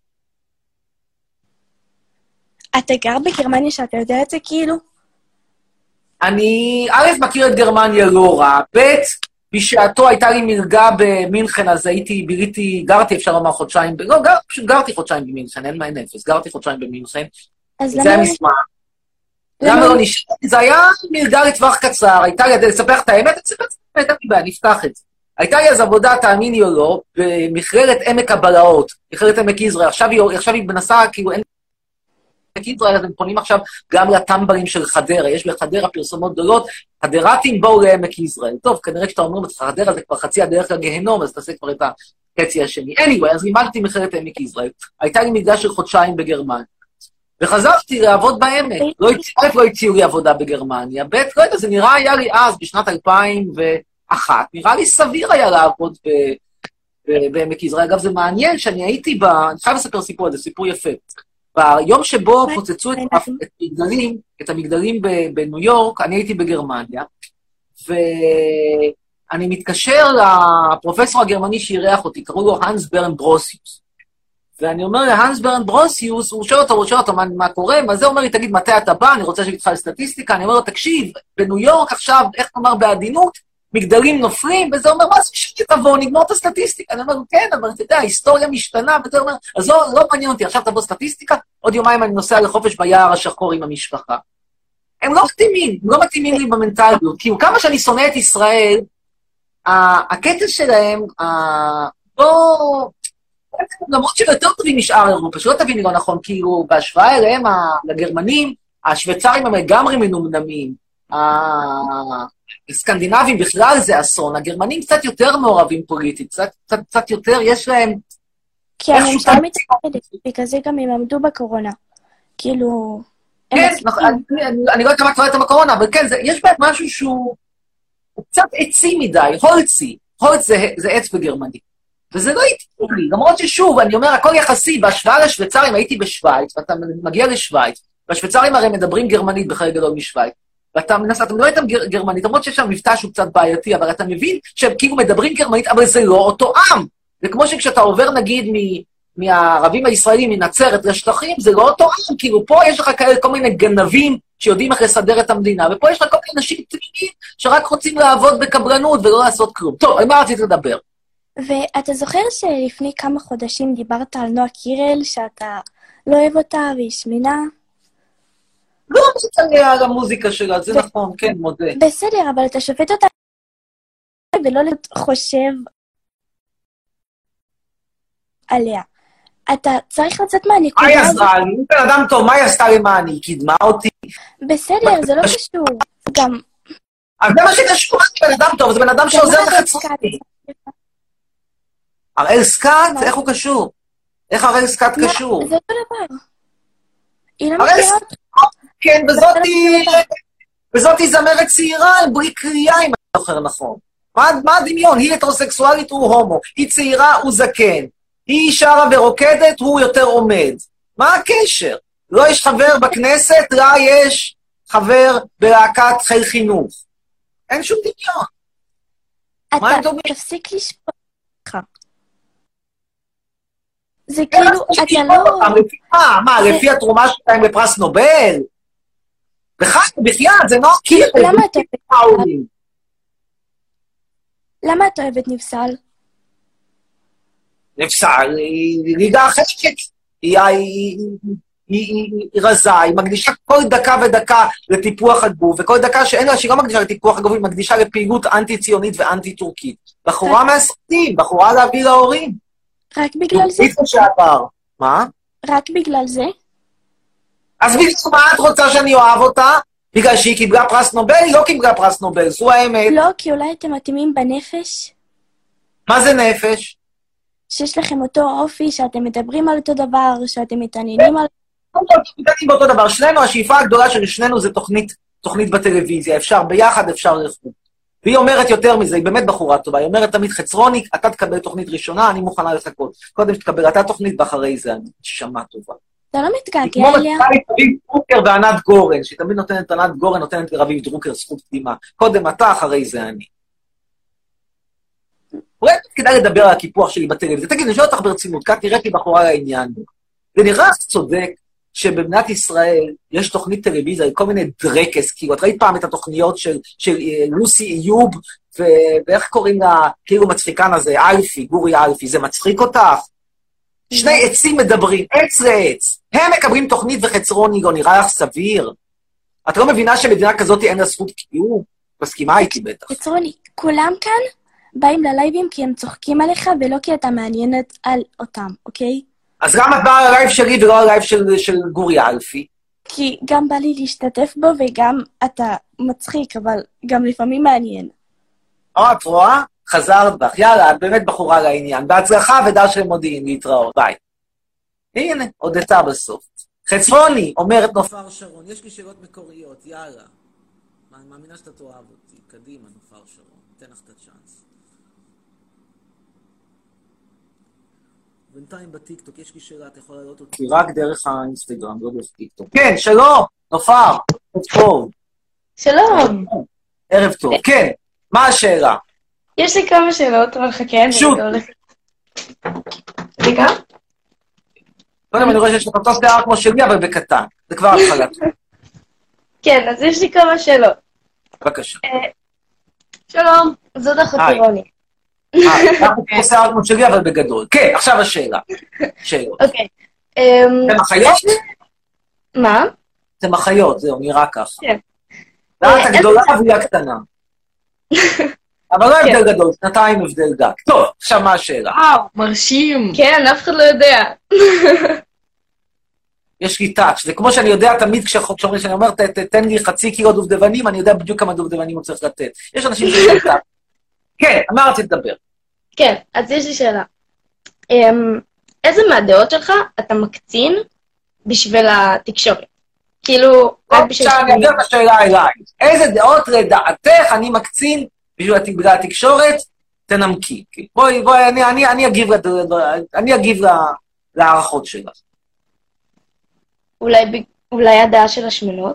אתה גר בגרמניה שאתה יודע את זה כאילו? אני, א', מכיר את גרמניה לא רע, ב', בשעתו הייתה לי מלגה במינכן, אז הייתי, ביליתי, גרתי, אפשר לומר חודשיים, לא, גר, פשוט גרתי חודשיים במינכן, אין מה אין אפס, גרתי חודשיים במינכן, זה היה מסמך. למה לא נשאר? זה היה מלגה לטווח קצר, הייתה לי, לספר את האמת, הייתה לי בעיה, נפתח את זה. הייתה לי אז עבודה, תאמיני או לא, במכללת עמק הבלעות, מכללת עמק יזרעאל, עכשיו היא מנסה, כאילו אין... ישראל, אז הם פונים עכשיו גם לטמברים של חדרה, יש בחדרה פרסומות גדולות, חדרתים בואו לעמק יזרעאל. טוב, כנראה כשאתה אומר בצלך, חדרה זה כבר חצי הדרך לגהנום, אז תעשה כבר את החצי השני. anyway, אז לימדתי מכללת עמק יזרעאל, הייתה לי מלגה של חודשיים בגרמניה, וחזרתי לעבוד בעמק, א' לא הציעו לי עבודה בגרמניה, ב' לא יודע, זה נראה היה לי אז, בשנת אלפיים ואחת, נראה לי סביר היה לעבוד בעמק יזרעאל. אגב, זה מעניין שאני הייתי ב... אני חייב לספר סיפור הזה, סיפור יפה. ביום שבו פוצצו את המגדלים, את המגדלים בניו יורק, אני הייתי בגרמניה, ואני מתקשר לפרופסור הגרמני שאירח אותי, קראו לו הנס ברן ברוסיוס. ואני אומר להנס ברן ברוסיוס, הוא שואל אותו, הוא שואל אותו מה, מה קורה, מה זה אומר לי, תגיד, מתי אתה בא? אני רוצה שתתחיל לסטטיסטיקה, אני אומר לו, תקשיב, בניו יורק עכשיו, איך נאמר בעדינות, מגדלים נופלים, וזה אומר, מה זה שתבוא, נגמור את הסטטיסטיקה. אני אומר, כן, אבל אתה יודע, ההיסטוריה משתנה, וזה אומר, אז לא, לא מעניין אותי, עכשיו תבוא סטטיסטיקה, עוד יומיים אני נוסע לחופש ביער השחור עם המשפחה. הם לא מתאימים, הם לא מתאימים לי במנטליות, כי כמה שאני שונא את ישראל, הקטע שלהם, לא, למרות שיותר טובים משאר אירופה, שלא תביני לא נכון, כאילו בהשוואה אליהם, לגרמנים, השוויצרים הם לגמרי מנומנמים, הסקנדינבים בכלל זה אסון, הגרמנים קצת יותר מעורבים פוליטית, קצת, קצת, קצת יותר, יש להם... כי הממשלה מתפקדת, בגלל זה גם הם עמדו בקורונה. כאילו... כן, אני לא יודעת מה קורה את הקורונה, אבל כן, יש בהם משהו שהוא קצת עצי מדי, הולצי, הולץ זה עץ בגרמני. וזה לא התאים לי, למרות ששוב, אני אומר, הכל יחסי, בהשוואה לשוויצרים, הייתי בשוויץ, ואתה מגיע לשוויץ, והשוויצרים הרי מדברים גרמנית בחלק גדול משוויץ, ואתה מנסה, אתה מדבר איתם גרמנית, למרות שיש שם מבטא שהוא קצת בעייתי, אבל אתה מבין שהם כאילו מדברים גרמנית, אבל זה לא אותו עם. זה כמו שכשאתה עובר, נגיד, מהערבים הישראלים, מנצרת לשטחים, זה לא אותו עם, כאילו פה יש לך כאלה כל מיני גנבים שיודעים איך לסדר את המדינה, ופה יש לך כל מיני אנשים תמימים שרק רוצים לעבוד בקברנות ולא לעשות כלום. טוב, על מה רציתי לדבר? ואתה זוכר שלפני כמה חודשים דיברת על נועה קירל, שאתה לא אוהב אותה והיא שמינה? לא, זה תהיה על המוזיקה שלה, זה נכון, כן, מודה. בסדר, אבל אתה שופט אותה ולא חושב עליה. אתה צריך לצאת מהנקודה... מה היא עזרה לי? היא בן אדם טוב, מה היא עשתה למעני? היא קידמה אותי. בסדר, זה לא קשור. גם... אז זה מה שקשור, היא בן אדם טוב, זה בן אדם שעוזר לחצרוני. הראל סקאט? איך הוא קשור? איך הראל סקאט קשור? זה אותו דבר. היא לא מכירה אותך. כן, וזאתי זמרת צעירה, בלי קריאה, אם אני זוכר נכון. מה הדמיון? היא הטרוסקסואלית, הוא הומו. היא צעירה, הוא זקן. היא שרה ורוקדת, הוא יותר עומד. מה הקשר? לא יש חבר בכנסת, לה יש חבר בלהקת חיל חינוך. אין שום דמיון. אתה תפסיק לשפוט לך. זה כאילו, אתה לא... מה, לפי התרומה שלהם לפרס נובל? בחייאת, זה לא כאילו... למה אתה אוהב? למה אתה אוהב את נפסל? נפסל, היא ליגה אחרת. היא רזה, היא מקדישה כל דקה ודקה לטיפוח הגוף, וכל דקה שאין לה, שהיא לא מקדישה לטיפוח הגוף, היא מקדישה לפעילות אנטי-ציונית ואנטי-טורקית. בחורה מהסרטים, בחורה להביא להורים. רק בגלל זה? מה? רק בגלל זה? אז בגלל מה את רוצה שאני אוהב אותה? בגלל שהיא קיבלה פרס נובל? היא לא קיבלה פרס נובל, זו האמת. לא, כי אולי אתם מתאימים בנפש. מה זה נפש? שיש לכם אותו אופי, שאתם מדברים על אותו דבר, שאתם מתעניינים על... מתעניינים באותו דבר. שנינו, השאיפה הגדולה של שנינו זה תוכנית, תוכנית בטלוויזיה. אפשר ביחד, אפשר לחוד. והיא אומרת יותר מזה, היא באמת בחורה טובה. היא אומרת תמיד חצרוני, אתה תקבל תוכנית ראשונה, אני מוכנה לחכות. קודם שתקבל אתה תוכנית, ואחרי זה אני שמע טובה. אתה לא מתגעגע אליה? כמו מתקעה לי רביב דרוקר וענת גורן, שתמיד נותנת ענת גורן, נותנת לרביב דרוקר זכות קדימה. קודם אתה, אחרי זה אני. אולי כדאי לדבר על הקיפוח שלי בטלוויזיה. תגיד, אני שואל אותך ברצינות, כאן נראית לי בחורה לעניין. זה נראה צודק שבמדינת ישראל יש תוכנית טלוויזיה, כל מיני דרקס, כאילו, את ראית פעם את התוכניות של, של לוסי איוב, ו... ואיך קוראים לה, כאילו מצחיקן הזה, אלפי, גורי אלפי, זה מצחיק אותך? שני עצים מדברים, עץ לעץ. הם מקבלים תוכנית וחצרוני, לא נראה לך סביר. את לא מבינה שמדינה כזאת אין לה זכות קיום? מסכימה איתי בטח. חצרוני, כולם כאן באים ללייבים כי הם צוחקים עליך, ולא כי אתה מעניינת על אותם, אוקיי? אז גם את באה ללייב שלי ולא ללייב של, של גורי אלפי. כי גם בא לי להשתתף בו, וגם אתה מצחיק, אבל גם לפעמים מעניין. או, את רואה? חזרת בך. יאללה, את באמת בחורה לעניין. בהצלחה ודע של מודיעין, להתראות. ביי. הנה, הודתה בסוף. חצרוני, אומרת נופר שרון. יש לי שאלות מקוריות, יאללה. אני מאמינה שאתה תאהב אותי. קדימה, נופר שרון. תן לך את הצ'אנס. בינתיים בטיקטוק יש לי שאלה, אתה יכול לעלות אותי רק דרך האינסטגרם, לא דרך טיקטוק. כן, שלום, נופר. טוב. שלום. ערב טוב. כן, מה השאלה? יש לי כמה שאלות, אבל חכה. שוט. רגע? קודם אני רואה שיש לך אותו שיער כמו שלי, אבל בקטן. זה כבר התחלה. כן, אז יש לי כמה שאלות. בבקשה. שלום, זאת אחותי רוני. אה, אנחנו כמו שיער כמו שלי, אבל בגדול. כן, עכשיו השאלה. שאלות. אוקיי. זה מחיות? מה? זה מחיות, זהו, נראה ככה. כן. ואת הגדולה והיא הקטנה. אבל לא הבדל גדול, שנתיים הבדל דק. טוב, עכשיו מה השאלה? וואו, מרשים. כן, אף אחד לא יודע. יש לי טאץ', זה כמו שאני יודע תמיד כשאומרים שאני אומר, תן לי חצי קילו דובדבנים, אני יודע בדיוק כמה דובדבנים הוא צריך לתת. יש אנשים שיש להם טאץ'. כן, מה רצית לדבר? כן, אז יש לי שאלה. איזה מהדעות שלך אתה מקצין בשביל התקשורת? כאילו, רק בשביל... עכשיו אני אעביר את השאלה אליי. איזה דעות לדעתך אני מקצין בשביל התקשורת? תנמקי. בואי, בואי, אני, אני, אני אגיב, אני אגיב להערכות שלך. אולי, אולי הדעה של השמנות?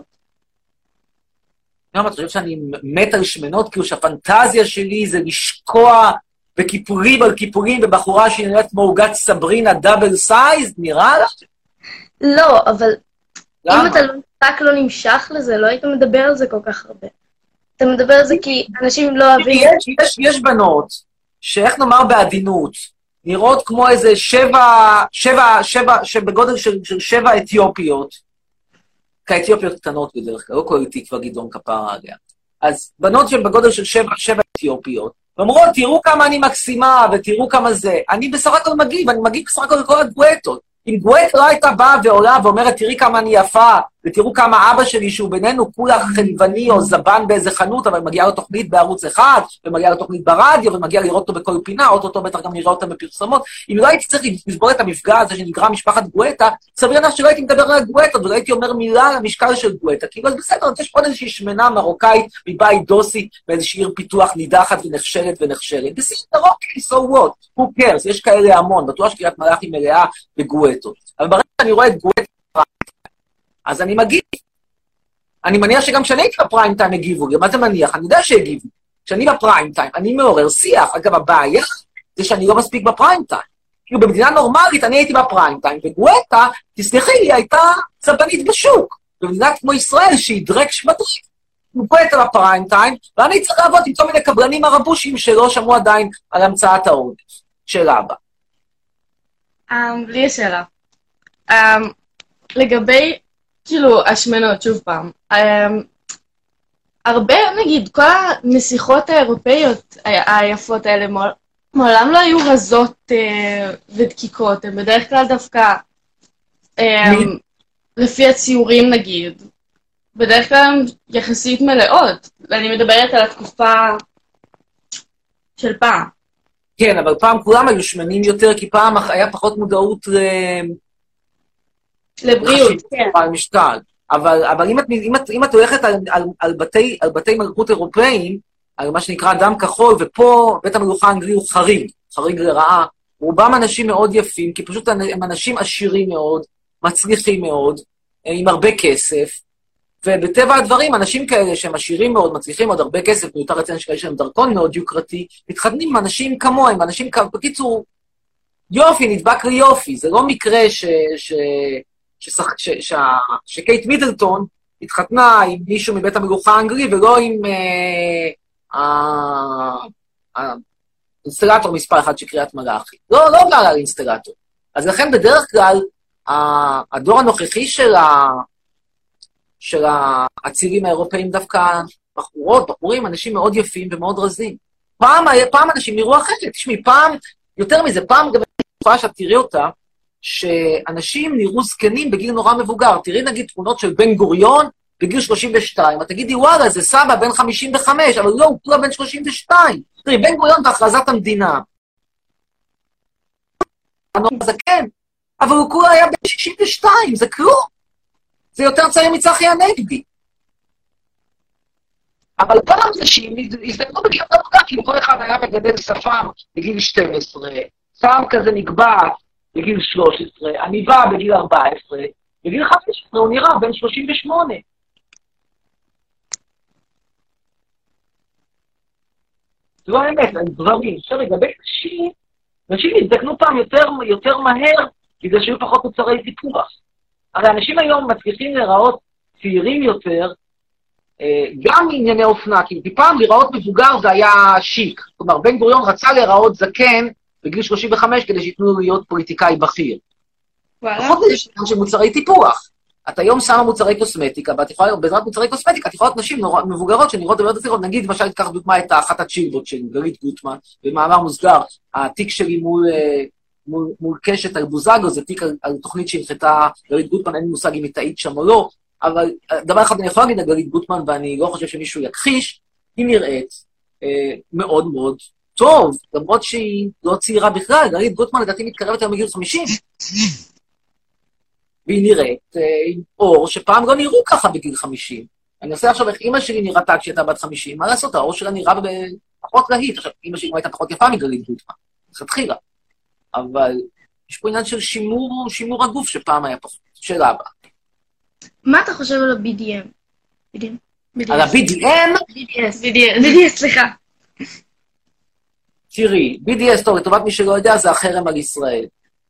אני חושב שאני מת על שמנות, כאילו שהפנטזיה שלי זה לשקוע בכיפורים על כיפורים, ובחורה שהיא נראית כמו עוגת סברינה דאבל סייז, נראה לך? לא, אבל למה? אם אתה לא רק לא נמשך לזה, לא היית מדבר על זה כל כך הרבה. אתה מדבר על זה כי אנשים לא אוהבים... יש, יש, יש בנות, שאיך נאמר בעדינות, נראות כמו איזה שבע, שבע, שבע, שבגודל של, של שבע אתיופיות, כאתיופיות קטנות בדרך כלל, לא כל תקווה גדעון כפרה עליה. אז בנות שהן בגודל של שבע, שבע אתיופיות, ואומרות, תראו כמה אני מקסימה, ותראו כמה זה. אני בסך הכל מגיב, אני מגיב בסך הכל לכל הגואטות. אם גואט לא הייתה באה ועולה ואומרת, תראי כמה אני יפה, ותראו כמה אבא שלי שהוא בינינו כולה חלבני או זבן באיזה חנות, אבל מגיעה לו תוכנית בערוץ אחד, ומגיעה לו תוכנית ברדיו, ומגיעה לראות אותו בכל פינה, אותו בטח גם נראה אותה בפרסומות. אם לא הייתי צריך לסבור את המפגע הזה שנקרא משפחת גואטה, סביר להניח שלא הייתי מדבר על הגואטות, ולא הייתי אומר מילה על המשקל של גואטה, כאילו אז בסדר, יש פה איזושהי שמנה מרוקאית מבית דוסי, באיזושהי עיר פיתוח נידחת ונחשלת ונחשלת. בסדר, אוקיי, so what? Who cares? יש כאלה המון, בטוח שקריית מלאכי מלאה בגואטות. אבל ברגע שאני רואה את גואטה, אז אני מגיב. אני מניח שגם כשאני הייתי בפריים טיים הגיבו, מה זה מניח? אני יודע שהגיבו. כשאני בפריים טיים, אני מעורר שיח. אגב, הבעיה זה שאני לא מספיק בפריים טיים. כאילו במדינה נורמלית אני הייתי בפריים טיים, וגואטה, תסלחי לי, הייתה צבנית בשוק. במדינה כמו ישראל, שהיא דרק שמדריק. גואטה בפריים טיים, ואני צריך לעבוד עם כל מיני קבלנים הרבושים שלא שמעו עדיין על המצאת העודף. שאלה הבאה. בלי השאלה. לגבי, כאילו, השמנות, שוב פעם, הרבה, נגיד, כל הנסיכות האירופאיות היפות האלה, מעולם לא היו רזות ודקיקות, הן בדרך כלל דווקא, לפי הציורים, נגיד, בדרך כלל הן יחסית מלאות, ואני מדברת על התקופה של פעם. כן, אבל פעם כולם היו שמנים יותר, כי פעם היה פחות מודעות ל... לבריאות, כן. על משקל. אבל, אבל אם את, אם את, אם את הולכת על, על, על בתי, על בתי מלכות אירופאים, על מה שנקרא דם כחול, ופה בית המלוכה האנגלי הוא חריג, חריג לרעה, רובם אנשים מאוד יפים, כי פשוט הם אנשים עשירים מאוד, מצליחים מאוד, עם הרבה כסף, ובטבע הדברים, אנשים כאלה שהם עשירים מאוד, מצליחים עוד הרבה כסף, מיותר לציין שיש להם דרכון מאוד יוקרתי, מתחתנים עם אנשים כמוהם, אנשים כמוהם, בקיצור, יופי, נדבק לי יופי, זה לא מקרה ש... ש... ששח... ש... ש... שקייט מידלטון התחתנה עם מישהו מבית המלוכה האנגלי, ולא עם האינסטלטור מספר אחד של קריית מלאכי. לא, לא בגלל האינסטלטור. אז לכן בדרך כלל, הדור הנוכחי של ה... של הצילים האירופאים דווקא בחורות, בחורים, אנשים מאוד יפים ומאוד רזים. פעם, פעם אנשים נראו אחרת, תשמעי, פעם, יותר מזה, פעם גם תקופה שאת תראי אותה, שאנשים נראו זקנים בגיל נורא מבוגר. תראי נגיד תמונות של בן גוריון בגיל שלושים ושתיים, את תגידי, וואלה, זה סבא בן חמישים וחמש, אבל לא, הוא כולה בן שלושים ושתיים. תראי, בן גוריון בהכרזת המדינה. זה כן, אבל הוא כולה היה בן שישים ושתיים, זה כלום. זה יותר צעיר מצחי הנגדי. אבל פעם זה שהיא הזדמנו בגיל מבוגר, כי כל אחד היה מגדל שפם בגיל שתים עשרה, פעם כזה נקבע בגיל שלוש עשרה, אני בא בגיל ארבע עשרה, בגיל חמש עשרה הוא נראה בן שלושים ושמונה. זה לא האמת, אני דברים. עכשיו לגבי נשים, נשים הזדקנו פעם יותר, יותר מהר, בגלל שהיו פחות מוצרי טיפוח. הרי אנשים היום מצליחים להיראות צעירים יותר, גם מענייני אופנה, כי פעם להיראות מבוגר זה היה שיק. כלומר, בן גוריון רצה להיראות זקן בגיל שלושים וחמש כדי שיתנו לו להיות פוליטיקאי בכיר. פחות זה של מוצרי טיפוח. את היום שמה מוצרי קוסמטיקה, ואת יכולה, בעזרת מוצרי קוסמטיקה, את יכולה להיות נשים נורא, מבוגרות שנראות ולא תצליחות, נגיד, למשל, תקח דוגמה את אחת הצ'ילבות שלי, גלית גוטמן, במאמר מוסגר, התיק שלי מול, מול, מול קשת על בוזגלו, זה תיק על, על תוכנית שהנחתה גלית גוטמן, אין לי מושג אם היא טעית שם או לא, אבל דבר אחד אני יכול להגיד על גלית גוטמן, ואני לא חושב שמישהו יכחיש, היא נראית אה, מאוד מאוד טוב, למרות שהיא לא צעירה בכלל, גלית גוטמן לדעתי מתקרבת היום בגיל חמישים. והיא נראית אה, עם אור שפעם לא נראו ככה בגיל חמישים. אני עושה עכשיו איך אמא שלי נראתה כשהייתה בת חמישים, מה לעשות, האור שלה נראה בפחות להיט. עכשיו, אמא שלי הייתה פחות יפה מגלית גוטמן, זה התחילה. אבל יש פה עניין של שימור, שימור הגוף שפעם היה פחות. שאלה הבאה. מה אתה חושב על ה-בי די אם? על ה-בי די אם? בי די אס, בי די אס, סליחה. תראי, בי די אס, טוב, לטובת מי שלא יודע, זה החרם על ישראל.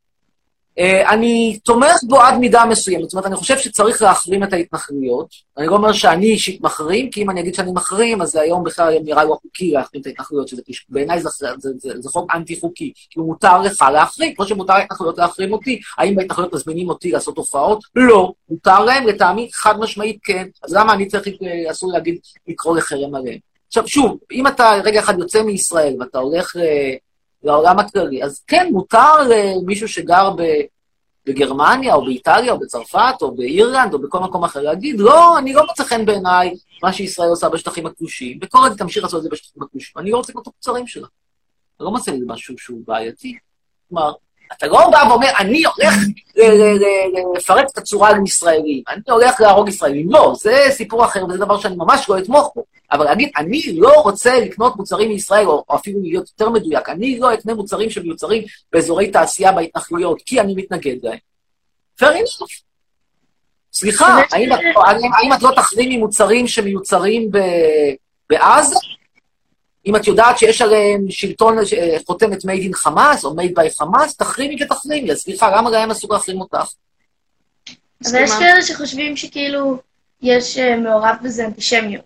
אני תומך בו עד מידה מסוימת, זאת אומרת, אני חושב שצריך להחרים את ההתנחלויות. אני לא אומר שאני אישית מחרים, כי אם אני אגיד שאני מחרים, אז היום בכלל נראה לו חוקי להחרים את ההתנחלויות, שזה בעיניי זה, זה, זה, זה חוק אנטי-חוקי, כי הוא מותר לך להחרים, כמו שמותר להתנחלויות להחרים אותי. האם בהתנחלויות מזמינים אותי לעשות הופעות? לא. מותר להם, לטעמי, חד משמעית כן. אז למה אני צריך, אסור להגיד, לקרוא לחרם עליהם? עכשיו, שוב, אם אתה רגע אחד יוצא מישראל, ואתה הולך לעולם הכללי, אז כן, מותר למישהו שגר בגרמניה, או באיטליה, או בצרפת, או באירלנד, או בכל מקום אחר, להגיד, לא, אני לא מצא חן בעיניי מה שישראל עושה בשטחים הכבושים, וכל רגע תמשיך לעשות את זה בשטחים הכבושים, אני לא רוצה לקנות את המוצרים שלה. אני לא מצא לי משהו שהוא בעייתי. כלומר, אתה לא בא ואומר, אני הולך לפרק את הצורה עם ישראלים, אני הולך להרוג ישראלים. לא, זה סיפור אחר, וזה דבר שאני ממש לא אתמוך בו. אבל להגיד, אני לא רוצה לקנות מוצרים מישראל, או אפילו להיות יותר מדויק, אני לא אקנה מוצרים שמיוצרים באזורי תעשייה בהתנחלויות, כי אני מתנגד להם. fair enough. סליחה, האם את לא תחרימי מוצרים שמיוצרים בעזה? אם את יודעת שיש עליהם שלטון חותמת made in חמאס, או made by חמאס, תחרימי כתחרימי. אז סליחה, למה להם אסור להחרים אותך? אבל יש כאלה שחושבים שכאילו יש מעורב בזה אנטישמיות.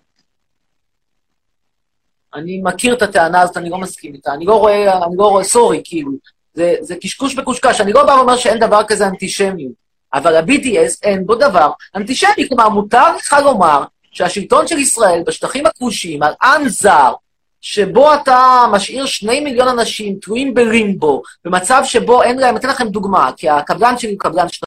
אני מכיר את הטענה הזאת, אני לא מסכים איתה. אני לא רואה, אני לא רואה, סורי, כאילו. זה, זה קשקוש בקושקש. אני לא בא ואומר שאין דבר כזה אנטישמיות. אבל ה-בי די אס אין בו דבר אנטישמי. כלומר, מותר לך לומר שהשלטון של ישראל בשטחים הכבושים, על עם זר, שבו אתה משאיר שני מיליון אנשים תלויים בלימבו, במצב שבו אין להם, אתן לכם דוגמה, כי הקבלן שלי הוא קבלן שטחים.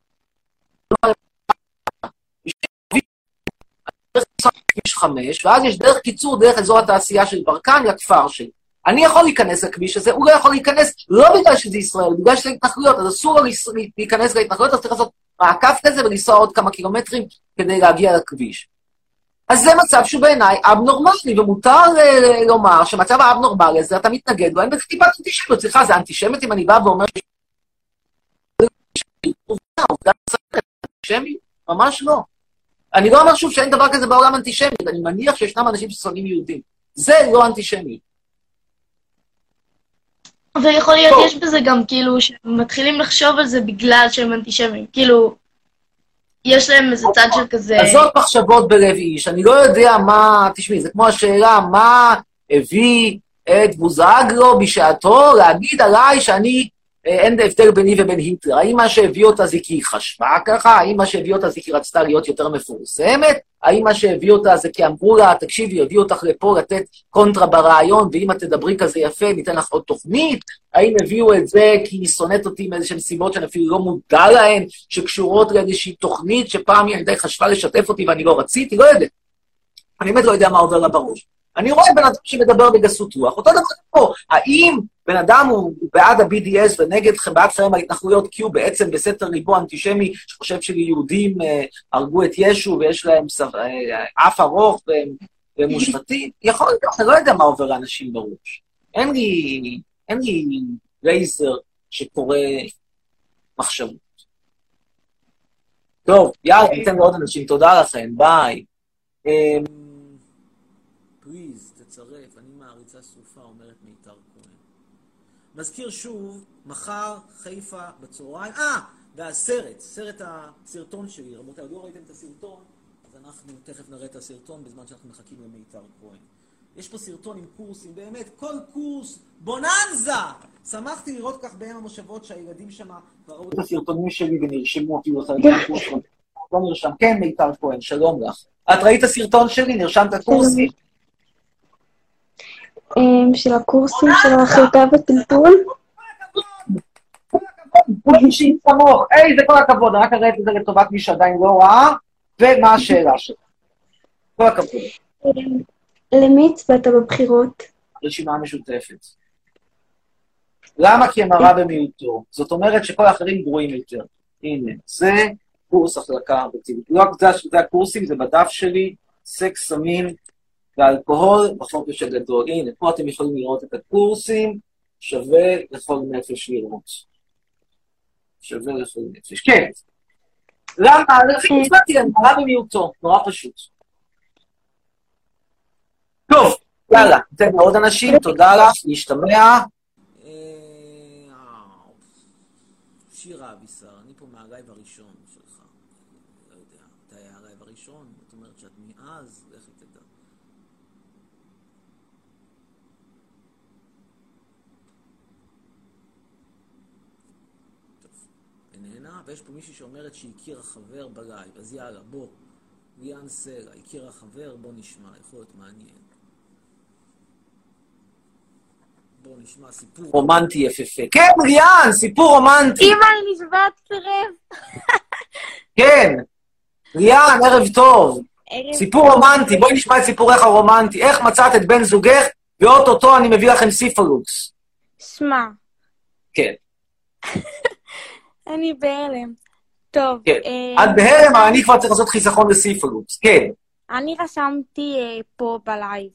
כביש חמש, ואז יש דרך קיצור, דרך אזור התעשייה של ברקן לכפר שלי. אני יכול להיכנס לכביש הזה, הוא לא יכול להיכנס, לא בגלל שזה ישראל, בגלל שזה התנחלויות, אז אסור לו להיכנס להתנחלויות, אז צריך לעשות מעקף כזה ולנסוע עוד כמה קילומטרים כדי להגיע לכביש. אז זה מצב שהוא בעיניי אבנורמלי, ומותר לומר שמצב האבנורמלי הזה אתה מתנגד, ואין בכתיבת אנטישמיות, סליחה, זה אנטישמיות אם אני בא ואומר אנטישמיות? ממש לא. אני לא אומר שוב שאין דבר כזה בעולם אנטישמיות, אני מניח שישנם אנשים ששונאים יהודים. זה לא אנטישמיות. אבל יכול להיות, יש בזה גם כאילו, שמתחילים לחשוב על זה בגלל שהם אנטישמיים. כאילו, יש להם איזה צד של כזה... אז זאת מחשבות בלב איש. אני לא יודע מה... תשמעי, זה כמו השאלה, מה הביא את בוזגלו בשעתו להגיד עליי שאני... אין הבדל ביני ובין היטלר. האם מה שהביא אותה זה כי היא חשבה ככה? האם מה שהביא אותה זה כי היא רצתה להיות יותר מפורסמת? האם מה שהביא אותה זה כי אמרו לה, תקשיבי, יודיעו אותך לפה לתת קונטרה ברעיון, ואם את תדברי כזה יפה, ניתן לך עוד תוכנית? האם הביאו את זה כי היא שונאת אותי מאיזשהם סיבות שאני אפילו לא מודע להן, שקשורות לאיזושהי תוכנית שפעם היא די חשבה לשתף אותי ואני לא רציתי? לא יודע. אני באמת לא יודע מה עובר לה בראש. אני רואה בן אדם שמדבר בגסות רוח. אותו דבר פה, האם בן אדם הוא בעד ה-בי די אס ונגד בעד חרם ההתנחלויות, כי הוא בעצם בסתר ליבו אנטישמי שחושב שליהודים אה, הרגו את ישו ויש להם אה, אף ארוך והם, והם מושחתים? יכול להיות, אני לא יודע מה עובר לאנשים בראש. אין לי, אין לי לייזר שקורא מחשבות. טוב, יאללה, ניתן לעוד אנשים, תודה לכם, ביי. פליז, תצרף, אני מעריצה שרופה, אומרת מיתר כהן. מזכיר שוב, מחר, חיפה, בצהריים, אה, והסרט, סרט הסרטון שלי, רבותיי, לא ראיתם את הסרטון, אז אנחנו תכף נראה את הסרטון בזמן שאנחנו מחכים למיתר כהן. יש פה סרטון עם קורסים, באמת, כל קורס, בוננזה! שמחתי לראות כך בהם המושבות שהילדים שם, וראו את הסרטונים שלי ונרשמו אותי, ועושה את הקורס, לא נרשם. כן, מיתר כהן, שלום לך. את ראית הסרטון שלי? נרשמת קורסים? של הקורסים של ההחלטה בטלטול. אישית כמוך, איזה כל הכבוד, רק אראה את זה לטובת מי שעדיין לא ראה, ומה השאלה שלך? כל הכבוד. למי הצבעת בבחירות? רשימה משותפת. למה? כי הם הרע במיעוטו. זאת אומרת שכל האחרים גרועים יותר. הנה, זה קורס החלקה בטלטול. לא רק זה הקורסים, זה בדף שלי, סקס, סמים ואלכוהול, בחופש הגדול. הנה, פה אתם יכולים לראות את הקורסים, שווה לכל נפש לראות. שווה לכל נפש. כן. למה? לכן הצבעתי להם, הרע במיעוטו. נורא פשוט. טוב, יאללה, ניתן לעוד אנשים, תודה לך, להשתמע. שירה אבישר, אני פה מהרייב הראשון שלך. לא יודע, אתה היה הרייב הראשון? זאת אומרת שאת מאז, איך היא תדע? טוב, איננה, ויש פה מישהי שאומרת שהכירה חבר בלייב, אז יאללה, בוא. ליאן סלע, הכירה חבר, בוא נשמע, יכול להיות מעניין. בוא נשמע סיפור רומנטי יפהפה. כן, ליאן, סיפור רומנטי. אמא, אני נשבעת סירב. כן, ליאן, ערב טוב. סיפור רומנטי, בואי נשמע את סיפורך הרומנטי. איך מצאת את בן זוגך, ואו-טו-טו אני מביא לכם סיפלוקס. שמע. כן. אני בהלם. טוב. כן, את בהלם, אבל אני כבר צריך לעשות חיסכון לסיפלוקס. כן. אני רשמתי פה בלייב.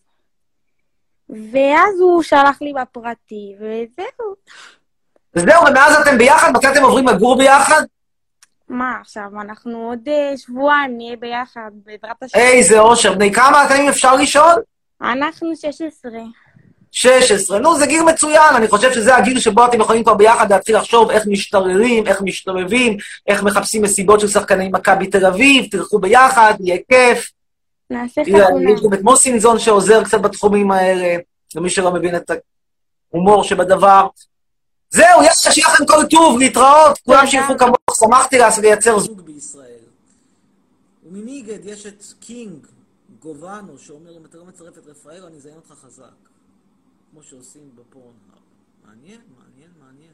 ואז הוא שלח לי בפרטי, וזהו. וזהו, ומאז אתם ביחד? מתי אתם עוברים לגור ביחד? מה, עכשיו, אנחנו עוד שבועיים נהיה ביחד, בעזרת השם. איזה אושר, בני כמה אתם אפשר לשאול? אנחנו שש עשרה. שש עשרה, נו, זה גיל מצוין, אני חושב שזה הגיל שבו אתם יכולים כבר ביחד להתחיל לחשוב איך משתררים, איך משתובבים, איך מחפשים מסיבות של שחקני מכבי תל אביב, תלכו ביחד, יהיה כיף. נעשה חתונה. יש גם את מוסינזון שעוזר קצת בתחומים האלה, למי שלא מבין את ההומור שבדבר. זהו, יאללה, שיהיה לכם כל טוב, להתראות, כולם שילכו כמוך, שמחתי לייצר זוג בישראל. ומניגד יש את קינג גובנו, שאומר, אם אתה לא מצרף את רפאל, אני אזיין אותך חזק. כמו שעושים בפורנהאב. מעניין, מעניין, מעניין.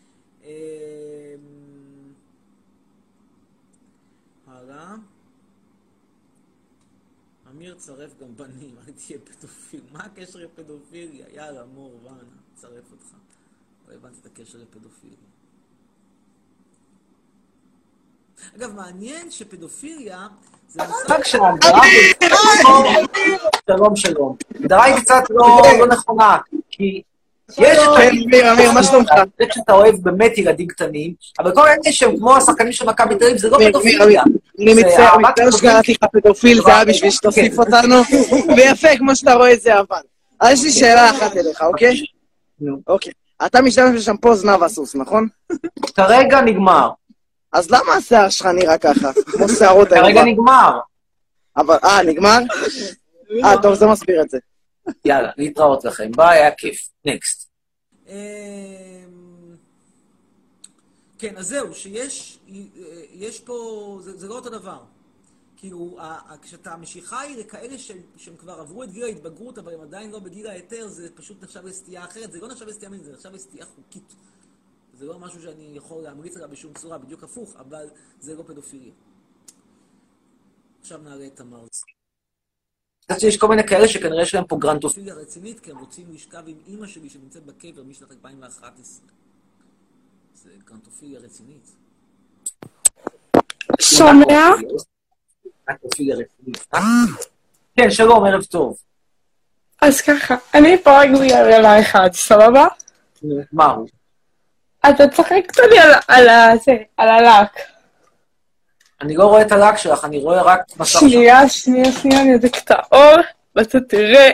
הלאה. אמיר צרף גם בנים, אל תהיה פדופיל. מה הקשר לפדופיליה? יאללה, מור, ואנה, צרף אותך. לא הבנתי את הקשר לפדופיליה. אגב, מעניין שפדופיליה זה... רק שההגדרה... שלום, שלום. ההגדרה היא קצת לא נכונה, כי... יש את אמיר, אמיר, מה שלומך? זה שאתה אוהב באמת ילדים קטנים, אבל כל אלה שהם כמו השחקנים של מכבי תל אביב, זה לא פדופיליה. אני מצטער, מצטער שקראתי לך פדופיל, זה היה בשביל שתוסיף אותנו, ויפה, כמו שאתה רואה את זה אבל. אז יש לי שאלה אחת אליך, אוקיי? אוקיי. אתה משתמש בשמפו זנב הסוס, נכון? כרגע נגמר. אז למה השיער שלך נראה ככה? כמו שערות היום. כרגע נגמר. אבל, אה, נגמר? אה, טוב, זה מסביר את זה. יאללה, להתראות לכם. ביי, היה כיף. נקסט. כן, אז זהו, שיש יש פה, זה, זה לא אותו דבר. כאילו, כשאתה משיכה היא לכאלה שהם, שהם כבר עברו את גיל ההתבגרות, אבל הם עדיין לא בגיל היתר, זה פשוט נחשב לסטייה אחרת. זה לא נחשב לסטייה מינית, זה נחשב לסטייה חוקית. זה לא משהו שאני יכול להמליץ עליו בשום צורה, בדיוק הפוך, אבל זה לא פדופיליה. עכשיו נעלה את תמר. אני חושב שיש כל מיני כאלה שכנראה יש להם פה גרנטופיליה רצינית, כי הם רוצים לשכב עם אמא שלי שנמצאת בקבר משנת אלפיים ואחת עשרה. זה גרנטופיליה רצינית. שומע? גרנטופיליה רצינית. כן, שלום, ערב טוב. אז ככה, אני פה רק בגלל ילדה אחד, סבבה? מה הוא? אתה צחק אותי על הלק. אני לא רואה את הלק שלך, אני רואה רק מסך שלך. שנייה, שנייה, שנייה, אני אדק את האור, ואתה תראה.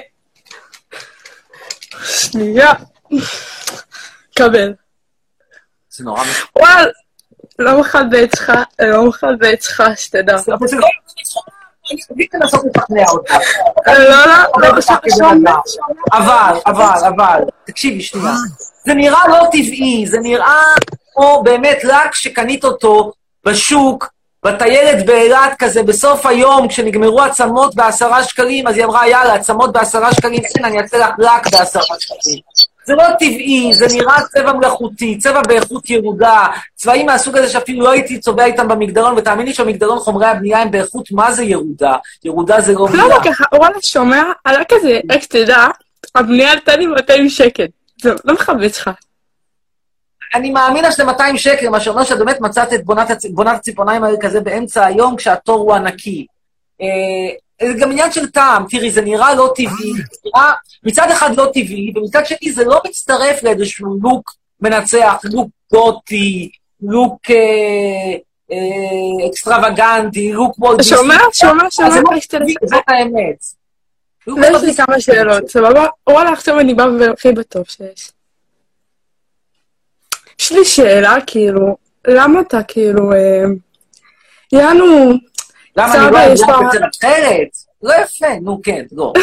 שנייה. קבל. זה נורא מסך. וואל, לא מחבד שלך, לא מחבד שלך, שתדע. זה לא אני חייבת לנסות לפחנע אותך. לא, לא, לא, שומע. אבל, אבל, אבל, תקשיבי שנייה. זה נראה לא טבעי, זה נראה כמו באמת לק שקנית אותו בשוק, בטיילת באילת כזה, בסוף היום, כשנגמרו עצמות בעשרה שקלים, אז היא אמרה, יאללה, עצמות בעשרה שקלים, כן, אני אעשה לך רק בעשרה שקלים. זה לא טבעי, זה נראה צבע מלאכותי, צבע באיכות ירודה, צבעים מהסוג הזה שאפילו לא הייתי צובע איתם במגדרון, ותאמין לי שהמגדרון חומרי הבנייה הם באיכות, מה זה ירודה? ירודה זה לא מילה. למה ככה, וואלה שומע, עלה כזה, רק תדע, הבנייה עלתה לי מאתיים שקל. זה לא מכבד לך. אני מאמינה שזה מאתיים שקל, מה שאומר שאת באמת מצאת את בונת, הצ... בונת הציפורניים האלה כזה באמצע היום, כשהתור הוא ענקי. אה, זה גם עניין של טעם, תראי, זה נראה לא טבעי, נראה מצד אחד לא טבעי, ומצד שני זה לא מצטרף לאיזשהו לוק מנצח, לוק גותי, לוק אה, אה, אקסטרווגנטי, לוק מאוד... אתה שומע? שומע? שומע? זה לא טבעי, זאת האמת. יש לי כמה שאלות, סבבה? וואלה, עכשיו אני באה והכי בטוב שיש. יש לי שאלה, כאילו, למה אתה כאילו, אה, יענו, למה אני לא יודעת אצל אחרת? לא יפה, נו כן, לא.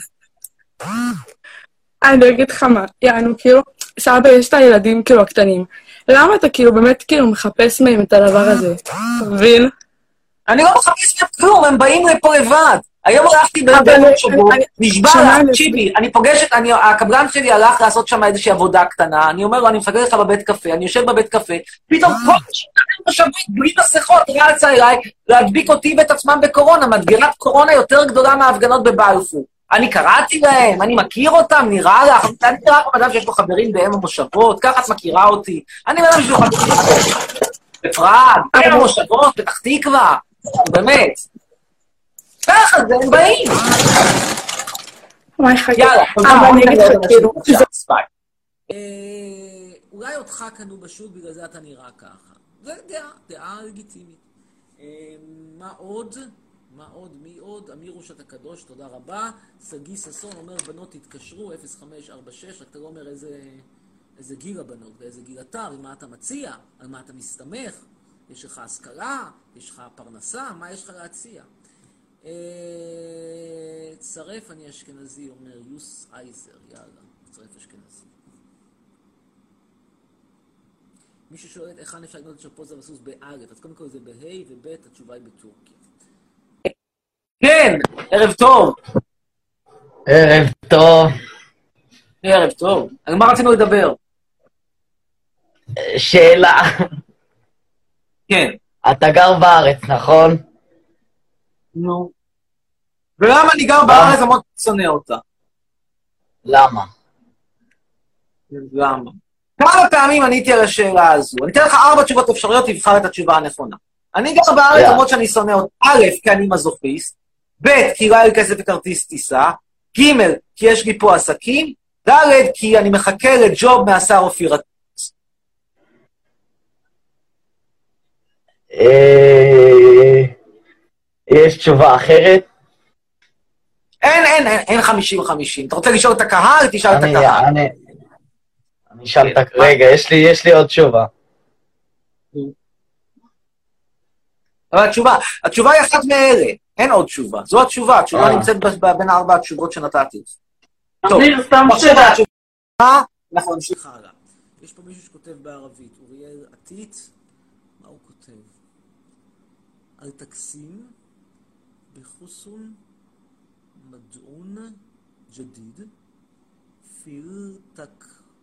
אני אגיד לך מה, יענו, כאילו, סבא, יש את הילדים כאילו הקטנים. למה אתה כאילו באמת כאילו מחפש מהם את הדבר הזה? מבין? אני לא מחפש מהם כלום, הם באים לפה לבד. היום הלכתי בלבן שבוע, נשבע לך, תקשיבי, אני פוגשת, הקבלן שלי הלך לעשות שם איזושהי עבודה קטנה, אני אומר לו, אני מפגר לך בבית קפה, אני יושב בבית קפה, פתאום כל שנתיים בשבוע, בלי מסכות, רצה אליי, להדביק אותי ואת עצמם בקורונה, מדגרת קורונה יותר גדולה מההפגנות בבלפור. אני קראתי להם, אני מכיר אותם, נראה לך, אני נראה לך אדם שיש לו חברים באם המושבות, ככה את מכירה אותי, אני מראה בשביל חברים, בפראג, באם המושבות, פתח תקווה, באמת. ככה, זה הם באים. יאללה, אבל אני אגיד לך כאילו... אולי אותך קנו בשוט, בגלל זה אתה נראה ככה. זה דעה, דעה לגיטימית. מה עוד? מה עוד? מי עוד? אמיר רושת הקדוש, תודה רבה. סגי ססון אומר, בנות תתקשרו, אפס חמש ארבע שש, רק אתה לא אומר איזה גיל הבנות, ואיזה גיל אתר, מה אתה מציע, על מה אתה מסתמך, יש לך השכלה, יש לך פרנסה, מה יש לך להציע? צרף אני אשכנזי, אומר יוס אייזר, יאללה, צרף אשכנזי. מישהו שואלת איך אפשר לקנות את שפוזה וסוס בארץ, אז קודם כל זה בה' וב' התשובה היא בטורקיה. כן, ערב טוב. ערב טוב. ערב טוב. על מה רצינו לדבר? שאלה. כן. אתה גר בארץ, נכון? נו. ולמה אני גר בארץ למרות שונא אותה? למה? למה? כמה פעמים עניתי על השאלה הזו? אני אתן לך ארבע תשובות אפשריות, תבחר את התשובה הנכונה. אני גר בארץ למרות שאני שונא אותה. א', כי אני מזוכיסט, ב', כי לא היה לי כסף וכרטיס טיסה, ג', כי יש לי פה עסקים, ד', כי אני מחכה לג'וב מהשר אופיר אקוניס. יש תשובה אחרת? אין, אין, אין, אין חמישים חמישים. אתה רוצה לשאול את הקהל? תשאל את הקהל. אני אשאל את הקהל. רגע, יש לי עוד תשובה. אבל התשובה, התשובה היא אחת מאלה. אין עוד תשובה. זו התשובה. התשובה נמצאת בין ארבע התשובות שנתתי. טוב, עכשיו התשובה, אנחנו נמשיך הלאה. יש פה מישהו שכותב בערבית, אוריאל עתית, מה הוא כותב? על תקסים, בחוסון, מדעון, ג'דיד, פיל, תק,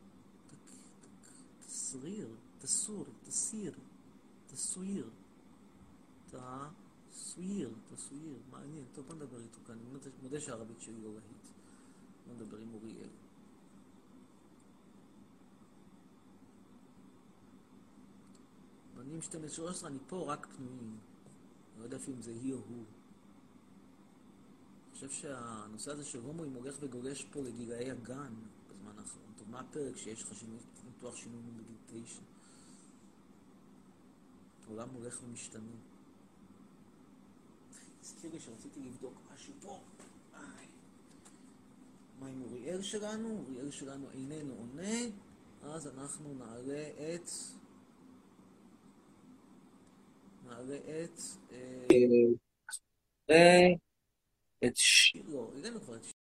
תסריר, תסור, תסיר, תסויר, תסויר, תסויר, מעניין, טוב, בוא נדבר איתו כאן, אני מודה שהערבית שלי לא רהיט. בוא נדבר עם אוריאל. בנים שתים עשרה שלוש עשרה, אני פה רק פנויים. לא יודע אם זה היא או הוא. אני חושב שהנושא הזה של הומואים הולך וגולש פה לגילאי הגן בזמן האחרון. טוב, מה הפרק שיש לך ניתוח שינוי בגיל תשע? העולם הולך ומשתנה. הזכיר לי שרציתי לבדוק משהו פה. מה עם אוריאל שלנו? אוריאל שלנו איננו עונה, אז אנחנו נעלה את... נעלה את... את... את... לא, הגענו כבר את...